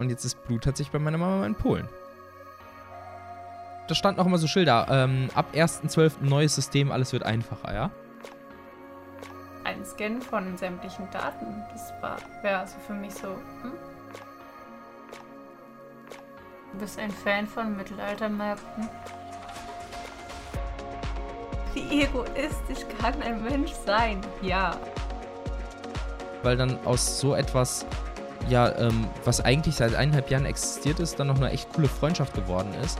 und jetzt ist Blut tatsächlich bei meiner Mama in Polen. Da standen auch immer so Schilder. Ab 1.12. neues System, alles wird einfacher, ja? Ein Scan von sämtlichen Daten. Das wäre also für mich so. Du bist ein Fan von Mittelaltermärkten? Wie egoistisch kann ein Mensch sein? Ja. Weil dann aus so etwas, ja, was eigentlich seit 1,5 Jahren existiert ist, dann noch eine echt coole Freundschaft geworden ist.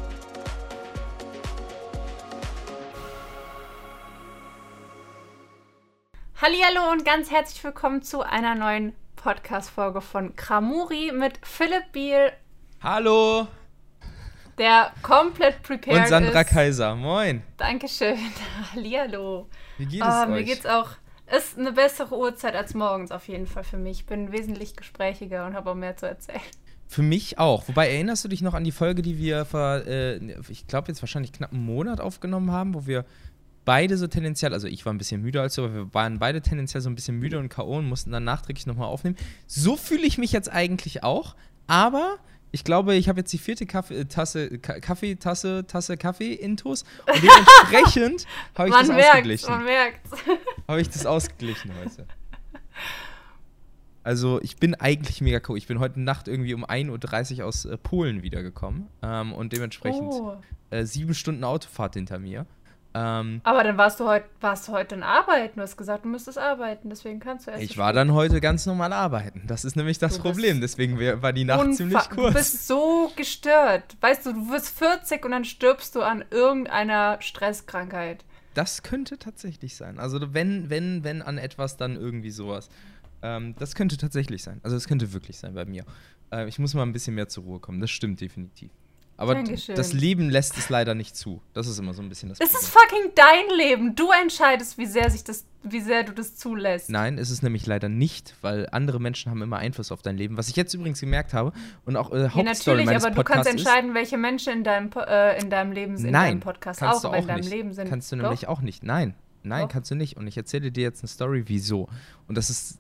Hallihallo und ganz herzlich willkommen zu einer neuen Podcast-Folge von Kramuri mit Philipp Biel. Hallo! Der komplett prepared ist. Und Sandra Kaiser, moin! Dankeschön, hallihallo. Wie geht es euch? Mir geht's auch, ist eine bessere Uhrzeit als morgens auf jeden Fall für mich. Ich bin wesentlich gesprächiger und habe auch mehr zu erzählen. Für mich auch. Wobei, erinnerst du dich noch an die Folge, die wir vor, ich glaube jetzt wahrscheinlich knapp einen Monat aufgenommen haben, wo wir beide so tendenziell, also ich war ein bisschen müde als du, aber wir waren beide tendenziell so ein bisschen müde und K.O. und mussten dann nachträglich nochmal aufnehmen. So fühle ich mich jetzt eigentlich auch, aber ich glaube, ich habe jetzt die 4. Tasse Kaffee-Intus und dementsprechend habe ich das ausgeglichen. Man merkt's. Habe ich das ausgeglichen heute. Also ich bin eigentlich mega cool. Ich bin heute Nacht irgendwie um 1.30 Uhr aus Polen wiedergekommen und dementsprechend 7 Stunden Autofahrt hinter mir. Aber dann warst du heute in Arbeiten. Du hast gesagt, du müsstest arbeiten, deswegen kannst du erst. Ich war dann heute ganz normal arbeiten. Das ist nämlich das Problem. Deswegen war die Nacht ziemlich kurz. Du bist so gestört. Weißt du, du wirst 40 und dann stirbst du an irgendeiner Stresskrankheit. Das könnte tatsächlich sein. Also wenn an etwas, dann irgendwie sowas. Das könnte tatsächlich sein. Also es könnte wirklich sein bei mir. Ich muss mal ein bisschen mehr zur Ruhe kommen. Das stimmt definitiv. Aber das Leben lässt es leider nicht zu. Das ist immer so ein bisschen das Problem. Es ist fucking dein Leben. Du entscheidest, wie sehr du das zulässt. Nein, ist es nämlich leider nicht, weil andere Menschen haben immer Einfluss auf dein Leben. Was ich jetzt übrigens gemerkt habe und auch Hauptstory meines Podcasts ist. Natürlich, aber du kannst entscheiden, welche Menschen in deinem Leben sind, in deinem Podcast kannst du auch in deinem Leben sind. Kannst du nämlich auch nicht. Nein, doch. Kannst du nicht. Und ich erzähle dir jetzt eine Story, wieso. Und das ist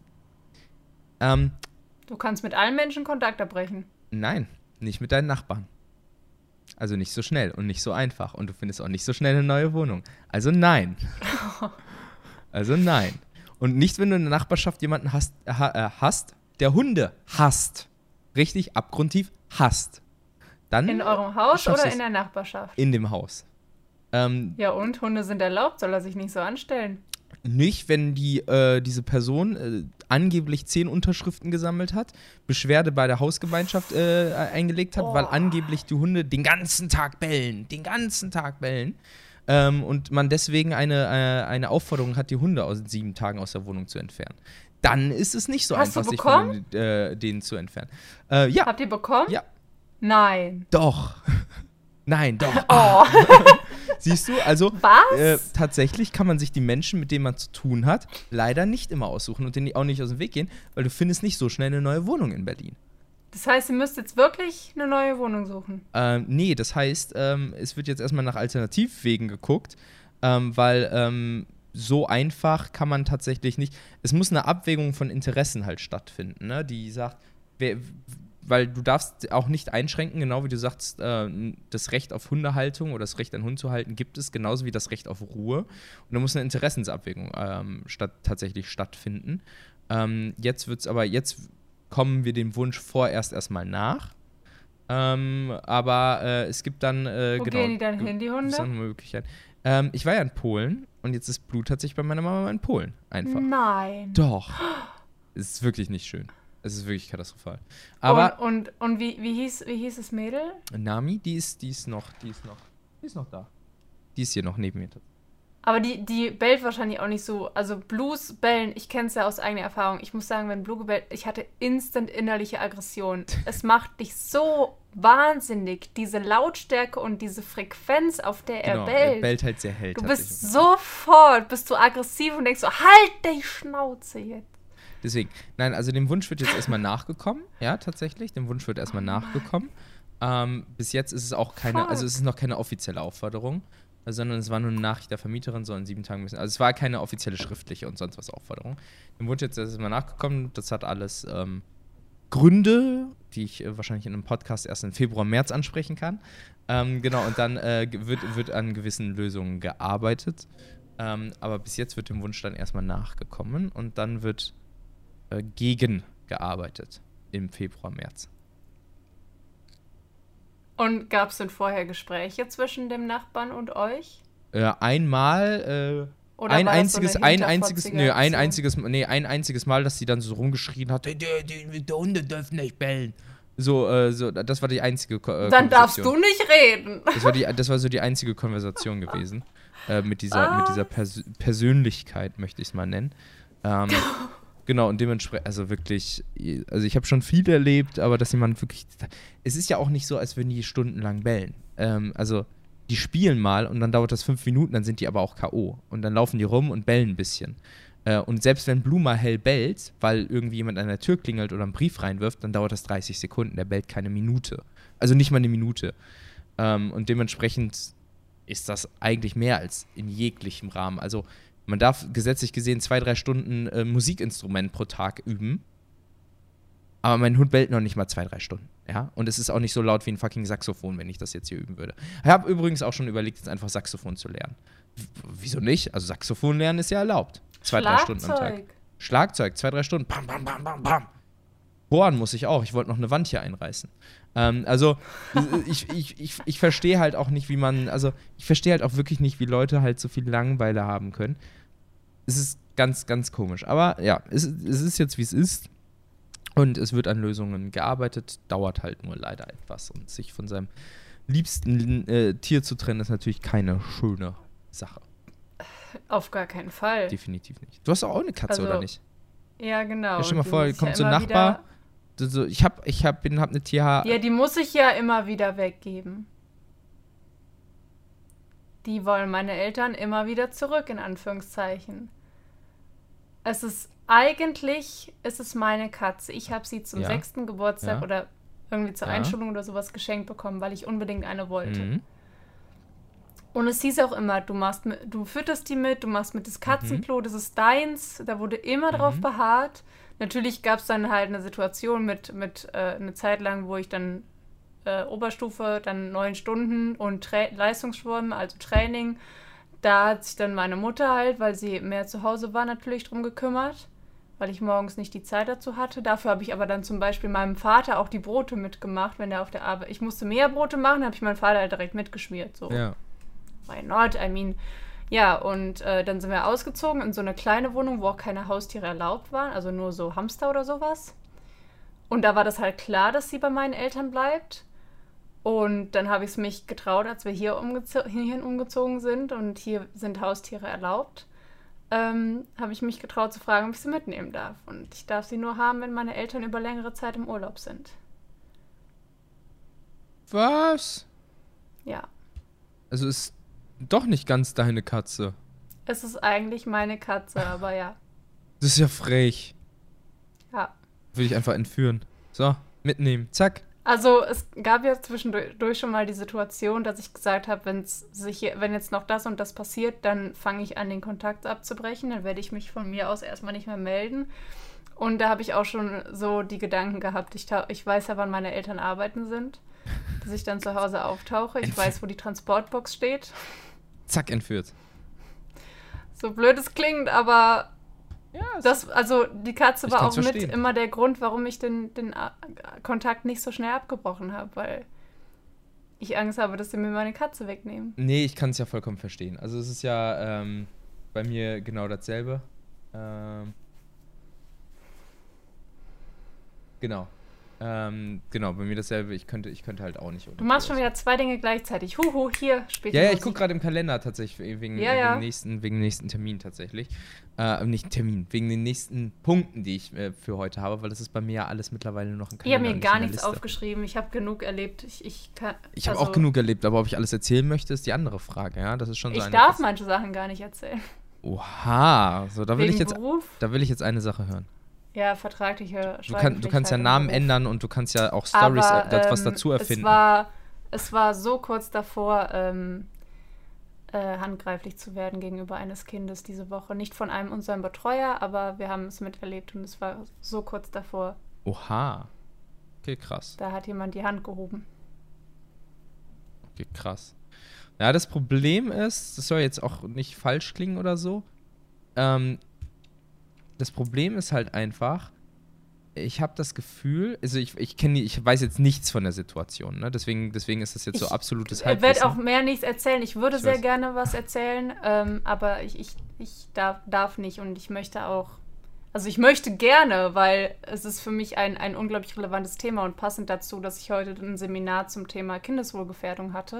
du kannst mit allen Menschen Kontakt abbrechen. Nein, nicht mit deinen Nachbarn. Also nicht so schnell und nicht so einfach. Und du findest auch nicht so schnell eine neue Wohnung. Also nein. Also nein. Und nicht, wenn du in der Nachbarschaft jemanden hast, der Hunde hasst. Richtig abgrundtief hasst. Dann in eurem Haus oder in der Nachbarschaft? In dem Haus. Ja und? Hunde sind erlaubt, soll er sich nicht so anstellen? Nicht, wenn diese Person angeblich 10 Unterschriften gesammelt hat, Beschwerde bei der Hausgemeinschaft eingelegt hat, weil angeblich die Hunde den ganzen Tag bellen. Und man deswegen eine Aufforderung hat, die Hunde aus 7 Tagen aus der Wohnung zu entfernen. Dann ist es nicht so einfach, sich von denen zu entfernen. Ja. Habt ihr bekommen? Ja. Nein. Doch. Nein, doch. Oh. Siehst du, also tatsächlich kann man sich die Menschen, mit denen man zu tun hat, leider nicht immer aussuchen und denen auch nicht aus dem Weg gehen, weil du findest nicht so schnell eine neue Wohnung in Berlin. Das heißt, ihr müsst jetzt wirklich eine neue Wohnung suchen? Nee, das heißt, es wird jetzt erstmal nach Alternativwegen geguckt, weil so einfach kann man tatsächlich nicht. Es muss eine Abwägung von Interessen halt stattfinden, ne? Die sagt, weil du darfst auch nicht einschränken, genau wie du sagst, das Recht auf Hundehaltung oder das Recht, einen Hund zu halten, gibt es, genauso wie das Recht auf Ruhe. Und da muss eine Interessensabwägung tatsächlich stattfinden. Jetzt kommen wir dem Wunsch vorerst erstmal nach. Aber es gibt dann, Wo gehen die dann hin, die Hunde? Das ist eine Möglichkeit. Ich war ja in Polen und jetzt ist Blut tatsächlich bei meiner Mama in Polen. Einfach. Nein. Doch. Es ist wirklich nicht schön. Es ist wirklich katastrophal. Aber und wie hieß das Mädel? Nami, die ist noch da. Die ist hier noch neben mir. Aber die bellt wahrscheinlich auch nicht so. Also Blues bellen, ich kenne es ja aus eigener Erfahrung. Ich muss sagen, wenn Blue gebellt, ich hatte instant innerliche Aggression. Es macht dich so wahnsinnig, diese Lautstärke und diese Frequenz, auf der er bellt. Er bellt halt sehr hell. Du bist bist du aggressiv und denkst so, halt die Schnauze jetzt. Deswegen, nein, also dem Wunsch wird jetzt erstmal nachgekommen. Ja, tatsächlich, dem Wunsch wird erstmal nachgekommen. Bis jetzt ist es auch es ist noch keine offizielle Aufforderung, sondern es war nur eine Nachricht der Vermieterin, so in 7 Tagen müssen. Also es war keine offizielle schriftliche und sonst was Aufforderung. Dem Wunsch jetzt erstmal nachgekommen, das hat alles Gründe, die ich wahrscheinlich in einem Podcast erst im Februar, März ansprechen kann. Genau, und dann wird an gewissen Lösungen gearbeitet. Aber bis jetzt wird dem Wunsch dann erstmal nachgekommen und dann wird gegen gearbeitet im Februar, März. Und gab es denn vorher Gespräche zwischen dem Nachbarn und euch? Einmal, Oder ein war das so einziges, eine ein einziges, Hinterfotzige ein einziges Mal, dass sie dann so rumgeschrien hat, die Hunde dürfen nicht bellen. So, das war die einzige Dann darfst du nicht reden. Das war so die einzige Konversation gewesen. Mit dieser Persönlichkeit, möchte ich es mal nennen. Genau, und dementsprechend, also wirklich, also ich habe schon viel erlebt, aber dass jemand wirklich, es ist ja auch nicht so, als würden die stundenlang bellen. Also die spielen mal und dann dauert das 5 Minuten, dann sind die aber auch K.O. Und dann laufen die rum und bellen ein bisschen. Und selbst wenn Blue mal hell bellt, weil irgendwie jemand an der Tür klingelt oder einen Brief reinwirft, dann dauert das 30 Sekunden, der bellt keine Minute. Also nicht mal eine Minute. Und dementsprechend ist das eigentlich mehr als in jeglichem Rahmen. Also man darf gesetzlich gesehen 2-3 Stunden Musikinstrument pro Tag üben. Aber mein Hund bellt noch nicht mal 2-3 Stunden. Ja? Und es ist auch nicht so laut wie ein fucking Saxophon, wenn ich das jetzt hier üben würde. Ich habe übrigens auch schon überlegt, jetzt einfach Saxophon zu lernen. Wieso nicht? Also Saxophon lernen ist ja erlaubt. 2-3 Stunden am Tag. Schlagzeug, 2-3 Stunden. Bam, bam, bam, bam, bam. Bohren muss ich auch. Ich wollte noch eine Wand hier einreißen. Also, ich verstehe halt auch nicht, wie man, also, ich verstehe halt auch wirklich nicht, wie Leute halt so viel Langeweile haben können. Es ist ganz, ganz komisch. Aber ja, es ist jetzt, wie es ist. Und es wird an Lösungen gearbeitet. Dauert halt nur leider etwas. Und sich von seinem liebsten Tier zu trennen, ist natürlich keine schöne Sache. Auf gar keinen Fall. Definitiv nicht. Du hast doch auch eine Katze, Also, oder nicht? Ja, genau. Ja, stell dir mal Die vor, muss kommt ja so ein immer Nachbar. Ich hab eine Tierhaar. Ja, die muss ich ja immer wieder weggeben. Die wollen meine Eltern immer wieder zurück, in Anführungszeichen. Es ist meine Katze. Ich habe sie zum 6. Geburtstag oder irgendwie zur Einschulung oder sowas geschenkt bekommen, weil ich unbedingt eine wollte. Mhm. Und es hieß auch immer, du fütterst die mit, du machst mit das Katzenklo, das ist deins. Da wurde immer drauf beharrt. Natürlich gab es dann halt eine Situation mit eine Zeit lang, wo ich dann Oberstufe, dann 9 Stunden und Leistungsschwimmen, also Training. Da hat sich dann meine Mutter halt, weil sie mehr zu Hause war, natürlich drum gekümmert, weil ich morgens nicht die Zeit dazu hatte. Dafür habe ich aber dann zum Beispiel meinem Vater auch die Brote mitgemacht, wenn er auf der Arbeit... Ich musste mehr Brote machen, habe ich meinen Vater halt direkt mitgeschmiert. So. Ja. Why not? I mean... Ja, und dann sind wir ausgezogen in so eine kleine Wohnung, wo auch keine Haustiere erlaubt waren, also nur so Hamster oder sowas. Und da war das halt klar, dass sie bei meinen Eltern bleibt. Und dann habe ich es mich getraut, als wir hierhin umgezogen sind und hier sind Haustiere erlaubt, habe ich mich getraut zu fragen, ob ich sie mitnehmen darf. Und ich darf sie nur haben, wenn meine Eltern über längere Zeit im Urlaub sind. Was? Ja. Also ist doch nicht ganz deine Katze. Es ist eigentlich meine Katze, aber ja. Das ist ja frech. Ja. Würde ich einfach entführen. So, mitnehmen. Zack. Also es gab ja zwischendurch schon mal die Situation, dass ich gesagt habe, wenn jetzt noch das und das passiert, dann fange ich an, den Kontakt abzubrechen. Dann werde ich mich von mir aus erstmal nicht mehr melden. Und da habe ich auch schon so die Gedanken gehabt, ich weiß ja, wann meine Eltern arbeiten sind, dass ich dann zu Hause auftauche. Ich weiß, wo die Transportbox steht. Zack, entführt. So blöd es klingt, aber die Katze war auch mit immer der Grund, warum ich den Kontakt nicht so schnell abgebrochen habe, weil ich Angst habe, dass sie mir meine Katze wegnehmen. Nee, ich kann es ja vollkommen verstehen. Also es ist ja bei mir genau dasselbe. Genau. Genau, bei mir dasselbe. Ich könnte halt auch nicht. Du machst schon wieder 2 Dinge gleichzeitig. Huhu, hier später. Ja, ich gucke gerade im Kalender tatsächlich, wegen dem nächsten Termin tatsächlich. Nicht Termin, wegen den nächsten Punkten, die ich für heute habe, weil das ist bei mir ja alles mittlerweile nur noch im Kalender. Ich habe mir gar nichts aufgeschrieben. Ich habe genug erlebt. Ich habe auch genug erlebt, aber ob ich alles erzählen möchte, ist die andere Frage. Ja, das ist schon so ich darf manche Sachen gar nicht erzählen. Oha, so da will ich jetzt eine Sache hören. Ja, vertragliche Du kannst ja Namen ändern und du kannst ja auch Storys, was dazu erfinden. Es war so kurz davor, handgreiflich zu werden gegenüber eines Kindes diese Woche. Nicht von einem unserer Betreuer, aber wir haben es miterlebt und es war so kurz davor. Oha. Okay, krass. Da hat jemand die Hand gehoben. Okay, krass. Ja, das Problem ist, das soll jetzt auch nicht falsch klingen oder so, das Problem ist halt einfach, ich habe das Gefühl, also ich weiß jetzt nichts von der Situation, ne? Deswegen ist das jetzt so absolutes Halbwissen. Ich werde auch mehr nichts erzählen. Ich würde sehr weiß. gerne was erzählen, aber ich darf nicht und ich möchte auch, also ich möchte gerne, weil es ist für mich ein unglaublich relevantes Thema und passend dazu, dass ich heute ein Seminar zum Thema Kindeswohlgefährdung hatte,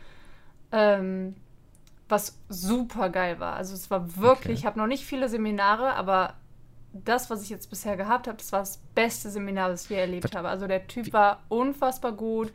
was super geil war. Also es war wirklich, ich habe noch nicht viele Seminare, aber das, was ich jetzt bisher gehabt habe, das war das beste Seminar, das ich je erlebt habe. Also der Typ war unfassbar gut.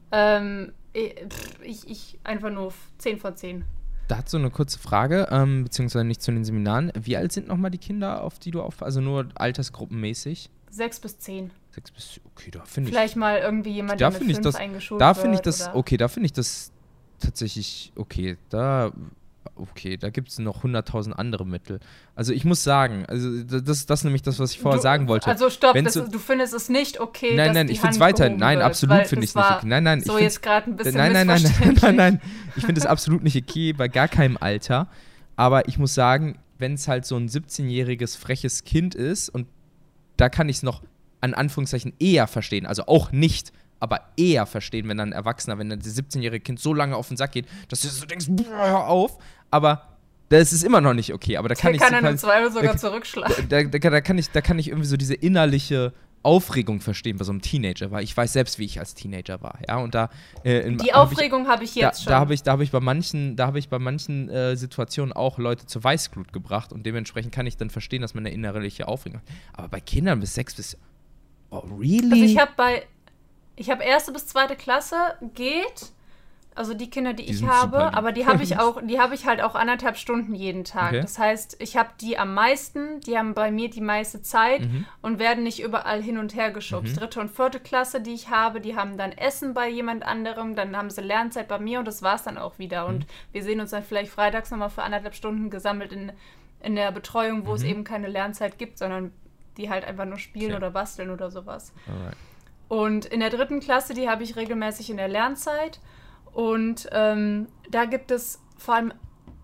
Ich einfach nur 10 von 10. Dazu eine kurze Frage, beziehungsweise nicht zu den Seminaren. Wie alt sind nochmal die Kinder, auf die du also nur altersgruppenmäßig? 6 bis 10. 6 bis, okay, da finde ich... Vielleicht mal irgendwie jemand, der mit 5 eingeschult da wird. finde ich das, okay, da finde ich das tatsächlich, okay, da gibt es noch 100.000 andere Mittel. Also ich muss sagen, also das ist nämlich das, was ich vorher sagen wollte. Also stopp, du findest es nicht okay, nein, ich finde es weiterhin, nein, absolut finde ich es nicht okay. Nein, so jetzt gerade ein bisschen nein, ich finde es absolut nicht okay, bei gar keinem Alter. Aber ich muss sagen, wenn es halt so ein 17-jähriges freches Kind ist und da kann ich es noch an Anführungszeichen eher verstehen, also auch nicht, aber eher verstehen, wenn dann ein Erwachsener, wenn dann das 17-jährige Kind so lange auf den Sack geht, dass du so denkst, boah, hör auf, aber das ist immer noch nicht okay. Aber da kann ich im Zweifel sogar zurückschlagen. Da kann ich irgendwie so diese innerliche Aufregung verstehen bei so einem Teenager, weil ich weiß selbst, wie ich als Teenager war, ja, und da die Aufregung habe ich jetzt schon. Da habe ich bei manchen Situationen auch Leute zur Weißglut gebracht und dementsprechend kann ich dann verstehen, dass man eine innerliche Aufregung hat. Aber bei Kindern bis 6 bis really? Also ich habe 1. bis 2. Klasse geht, also die Kinder, die ich habe, aber die habe ich halt auch 1,5 Stunden jeden Tag. Okay. Das heißt, ich habe die am meisten, die haben bei mir die meiste Zeit und werden nicht überall hin und her geschubst. 3. und 4. Klasse, die ich habe, die haben dann Essen bei jemand anderem, dann haben sie Lernzeit bei mir und das war's dann auch wieder. Und wir sehen uns dann vielleicht freitags nochmal für 1,5 Stunden gesammelt in der Betreuung, wo es eben keine Lernzeit gibt, sondern die halt einfach nur spielen oder basteln oder sowas. Alright. Und in der 3. Klasse, die habe ich regelmäßig in der Lernzeit. Und da gibt es vor allem...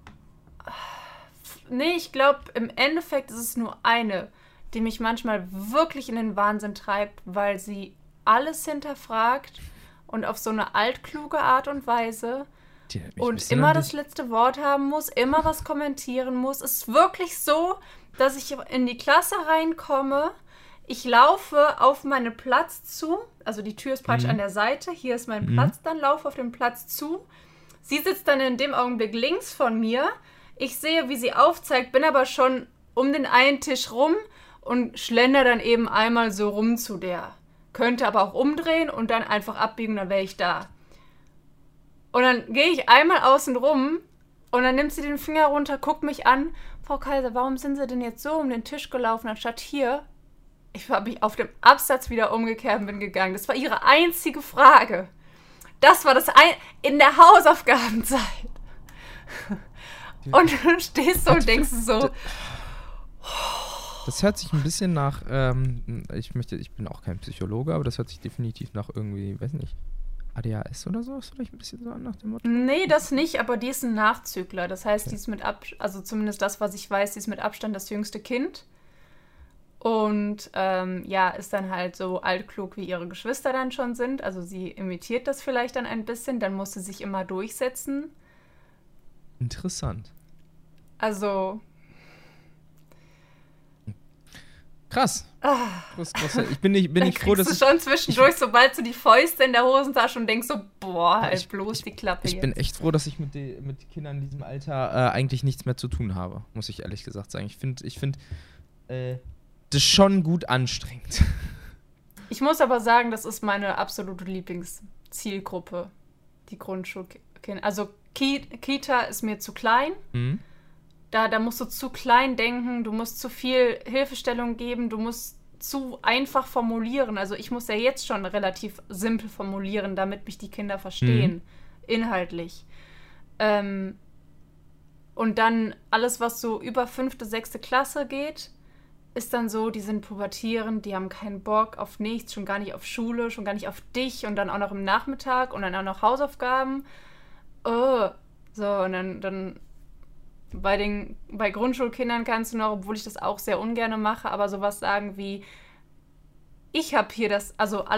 Nee, ich glaube, im Endeffekt ist es nur eine, die mich manchmal wirklich in den Wahnsinn treibt, weil sie alles hinterfragt und auf so eine altkluge Art und Weise und immer das letzte Wort haben muss, immer was kommentieren muss. Es ist wirklich so, dass ich in die Klasse reinkomme, ich laufe auf meinen Platz zu, also die Tür ist praktisch an der Seite, hier ist mein Platz, dann laufe auf den Platz zu. Sie sitzt dann in dem Augenblick links von mir. Ich sehe, wie sie aufzeigt, bin aber schon um den einen Tisch rum und schlender dann eben einmal so rum zu der. Könnte aber auch umdrehen und dann einfach abbiegen, dann wäre ich da. Und dann gehe ich einmal außen rum und dann nimmt sie den Finger runter, guckt mich an. Frau Kaiser, warum sind Sie denn jetzt so um den Tisch gelaufen, anstatt hier? Ich habe mich auf dem Absatz wieder umgekehrt und bin gegangen. Das war ihre einzige Frage. Das war in der Hausaufgabenzeit. Und du stehst so und denkst so... Das hört sich ein bisschen nach... ich bin auch kein Psychologe, aber das hört sich definitiv nach irgendwie, weiß nicht, ADHS oder so? Ist vielleicht ein bisschen so nach dem Motto? Nee, das nicht, aber die ist ein Nachzügler. Das heißt, okay. Die ist also zumindest das, was ich weiß, die ist mit Abstand das jüngste Kind. Und ist dann halt so altklug, wie ihre Geschwister dann schon sind. Also sie imitiert das vielleicht dann ein bisschen, dann muss sie sich immer durchsetzen. Interessant. Also... Krass. Ich bin nicht froh, dass du schon zwischendurch, sobald du die Fäuste in der Hosentasche und denkst so, boah, halt bloß die Klappe jetzt. Ich bin echt froh, dass ich mit Kindern in diesem Alter eigentlich nichts mehr zu tun habe, muss ich ehrlich gesagt sagen. Ich finde das schon gut anstrengend. Ich muss aber sagen, das ist meine absolute Lieblingszielgruppe, die Grundschulkinder. Also Kita ist mir zu klein. Mhm. Da musst du zu klein denken, du musst zu viel Hilfestellung geben, du musst zu einfach formulieren. Also ich muss ja jetzt schon relativ simpel formulieren, damit mich die Kinder verstehen, inhaltlich. Und dann alles, was so über 5., 6. Klasse geht, ist dann so, die sind pubertierend, die haben keinen Bock auf nichts, schon gar nicht auf Schule, schon gar nicht auf dich und dann auch noch im Nachmittag und dann auch noch Hausaufgaben. Oh. So, und dann bei Grundschulkindern kannst du noch, obwohl ich das auch sehr ungern mache, aber sowas sagen wie, ich habe hier das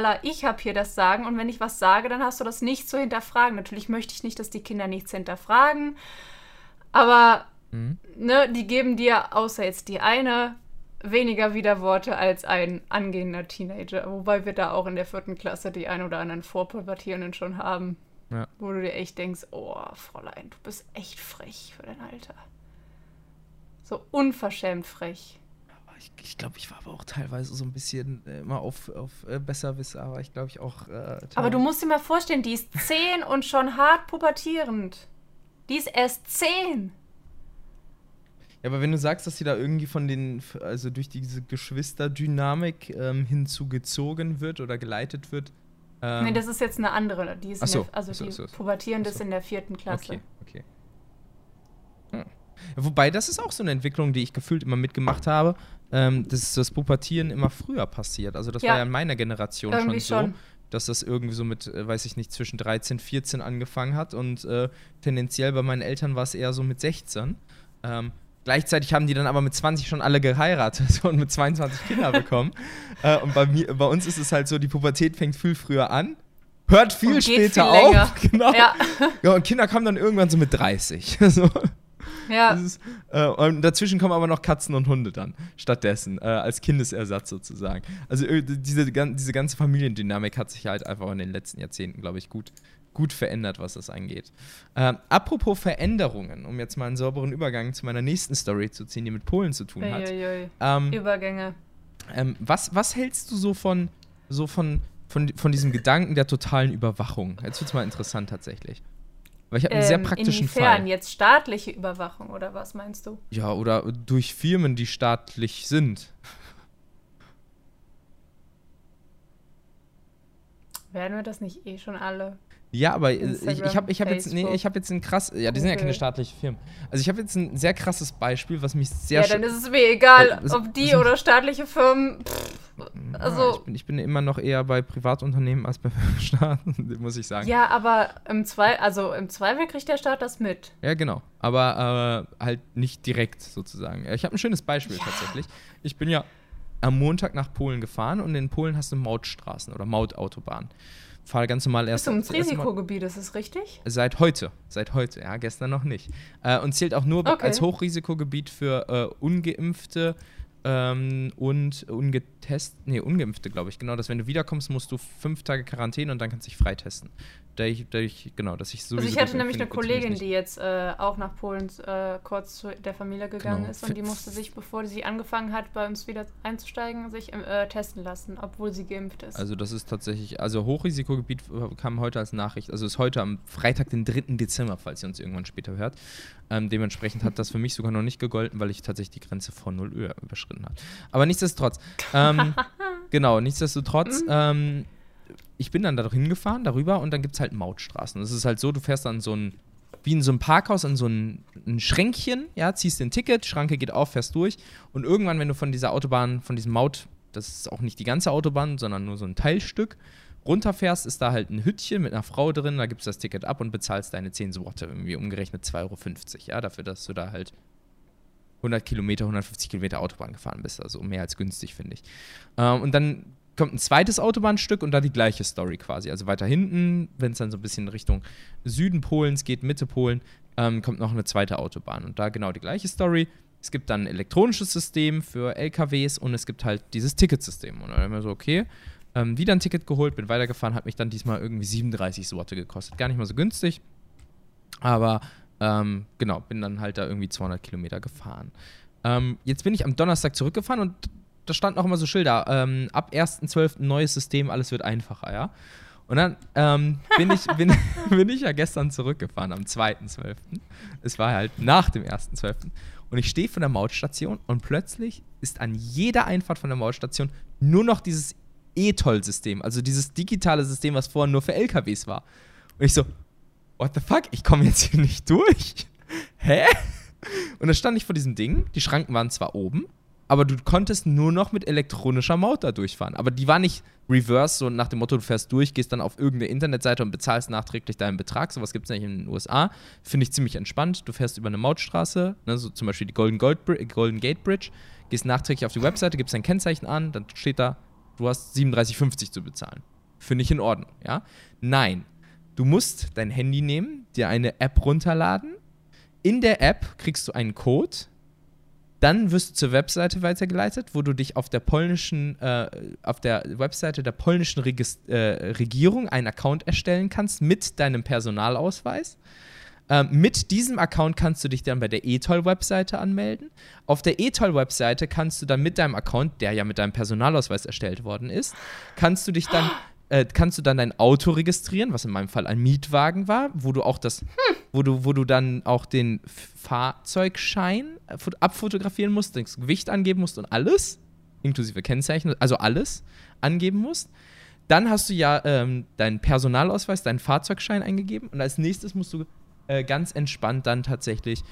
Sagen und wenn ich was sage, dann hast du das nicht zu hinterfragen. Natürlich möchte ich nicht, dass die Kinder nichts hinterfragen, aber ne, die geben dir, außer jetzt die eine, weniger Widerworte als ein angehender Teenager. Wobei wir da auch in der 4. Klasse die ein oder anderen Vorpubertierenden schon haben. Ja. Wo du dir echt denkst, oh, Fräulein, du bist echt frech für dein Alter. So unverschämt frech. Ich glaube, ich war aber auch teilweise so ein bisschen immer auf Besserwisser, aber ich glaube, ich auch. Aber du musst dir mal vorstellen, die ist 10 und schon hart pubertierend. Die ist erst 10. Ja, aber wenn du sagst, dass sie da irgendwie also durch diese Geschwisterdynamik hinzugezogen wird oder geleitet wird. Nee, das ist jetzt eine andere. Die ist die Pubertierende ist in der 4. Klasse. Okay. Hm. Wobei, das ist auch so eine Entwicklung, die ich gefühlt immer mitgemacht habe, dass das Pubertieren immer früher passiert. Also das war ja in meiner Generation schon so, dass das irgendwie so mit, weiß ich nicht, zwischen 13, 14 angefangen hat und tendenziell bei meinen Eltern war es eher so mit 16. Gleichzeitig haben die dann aber mit 20 schon alle geheiratet und mit 22 Kinder bekommen. Und bei uns ist es halt so, die Pubertät fängt viel früher an, hört viel später auf. Genau. Ja, und Kinder kommen dann irgendwann so mit 30. So. Ja. Und dazwischen kommen aber noch Katzen und Hunde dann stattdessen, als Kindesersatz sozusagen. Also diese ganze Familiendynamik hat sich halt einfach in den letzten Jahrzehnten, glaube ich, gut verändert, was das angeht. Apropos Veränderungen, um jetzt mal einen sauberen Übergang zu meiner nächsten Story zu ziehen, die mit Polen zu tun hat. Übergänge. Was hältst du so von diesem Gedanken der totalen Überwachung? Jetzt wird es mal interessant tatsächlich. Weil ich habe einen sehr praktischen Fall. Jetzt staatliche Überwachung oder was meinst du? Ja, oder durch Firmen, die staatlich sind. Werden wir das nicht schon alle? Ja, aber ich hab jetzt ein krass, ja, die sind ja keine staatlichen Firmen. Also ich habe jetzt ein sehr krasses Beispiel, was mich sehr... Ja, dann ist es mir egal, ob die oder staatliche Firmen... Also ich bin immer noch eher bei Privatunternehmen als bei Staaten, muss ich sagen. Ja, aber im Zweifel kriegt der Staat das mit. Ja, genau. Aber halt nicht direkt sozusagen. Ich habe ein schönes Beispiel tatsächlich. Ich bin ja am Montag nach Polen gefahren und in Polen hast du Mautstraßen oder Mautautobahnen. Fahre ganz normal erst. Bist du im Risikogebiet, ist das richtig? Seit heute, ja, gestern noch nicht. Und zählt auch nur als Hochrisikogebiet für Ungeimpfte und Ungeimpfte, glaube ich. Genau, dass wenn du wiederkommst, musst du 5 Tage Quarantäne und dann kannst du dich freitesten. Dass ich sowieso. Also ich hatte nämlich eine Kollegin, die jetzt auch nach Polen kurz zu der Familie gegangen ist und die musste sich, bevor sie angefangen hat, bei uns wieder einzusteigen, sich testen lassen, obwohl sie geimpft ist. Also das ist tatsächlich, also Hochrisikogebiet kam heute als Nachricht, also ist heute am Freitag, den 3. Dezember, falls ihr uns irgendwann später hört. Dementsprechend hat das für mich sogar noch nicht gegolten, weil ich tatsächlich die Grenze vor 0 Uhr überschritten habe. Aber nichtsdestotrotz, ich bin dann da hingefahren, darüber, und dann gibt es halt Mautstraßen. Das ist halt so, du fährst dann wie in so einem Parkhaus, an so ein Schränkchen, ja, ziehst den Ticket, Schranke geht auf, fährst durch, und irgendwann, wenn du von dieser Autobahn, von diesem das ist auch nicht die ganze Autobahn, sondern nur so ein Teilstück, runterfährst, ist da halt ein Hüttchen mit einer Frau drin, da gibst du das Ticket ab und bezahlst deine 10 Sorte, irgendwie umgerechnet 2,50 €, ja, dafür, dass du da halt 100 Kilometer, 150 Kilometer Autobahn gefahren bist, also mehr als günstig, finde ich. Und dann kommt ein zweites Autobahnstück und da die gleiche Story quasi. Also weiter hinten, wenn es dann so ein bisschen Richtung Süden Polens geht, Mitte Polen, kommt noch eine zweite Autobahn. Und da genau die gleiche Story. Es gibt dann ein elektronisches System für LKWs und es gibt halt dieses Ticketsystem. Und dann haben wir so, okay, wieder ein Ticket geholt, bin weitergefahren, hat mich dann diesmal irgendwie 37 Sorte gekostet. Gar nicht mal so günstig, aber genau, bin dann halt da irgendwie 200 Kilometer gefahren. Jetzt bin ich am Donnerstag zurückgefahren und da stand noch immer so Schilder, ab 1.12. neues System, alles wird einfacher, ja. Und dann bin ich ja gestern zurückgefahren, am 2.12. Es war halt nach dem 1.12. Und ich stehe vor der Mautstation und plötzlich ist an jeder Einfahrt von der Mautstation nur noch dieses E-Toll-System, also dieses digitale System, was vorher nur für LKWs war. Und ich so, what the fuck, ich komme jetzt hier nicht durch. Hä? Und dann stand ich vor diesem Ding, die Schranken waren zwar oben, aber du konntest nur noch mit elektronischer Maut da durchfahren. Aber die war nicht reverse, so nach dem Motto, du fährst durch, gehst dann auf irgendeine Internetseite und bezahlst nachträglich deinen Betrag. Sowas gibt es nicht in den USA. Finde ich ziemlich entspannt. Du fährst über eine Mautstraße, ne, so zum Beispiel die Golden Gate Bridge, gehst nachträglich auf die Webseite, gibst dein Kennzeichen an, dann steht da, du hast 37,50 zu bezahlen. Finde ich in Ordnung, ja? Nein, du musst dein Handy nehmen, dir eine App runterladen. In der App kriegst du einen Code, dann wirst du zur Webseite weitergeleitet, wo du dich auf der Webseite der polnischen Regierung einen Account erstellen kannst mit deinem Personalausweis. Mit diesem Account kannst du dich dann bei der eToll-Webseite anmelden. Auf der eToll-Webseite kannst du dann mit deinem Account, der ja mit deinem Personalausweis erstellt worden ist, kannst du dann dein Auto registrieren, was in meinem Fall ein Mietwagen war, wo du auch wo du dann auch den Fahrzeugschein abfotografieren musst, das Gewicht angeben musst und alles, inklusive Kennzeichen, also alles angeben musst. Dann hast du ja deinen Personalausweis, deinen Fahrzeugschein eingegeben und als nächstes musst du ganz entspannt dann tatsächlich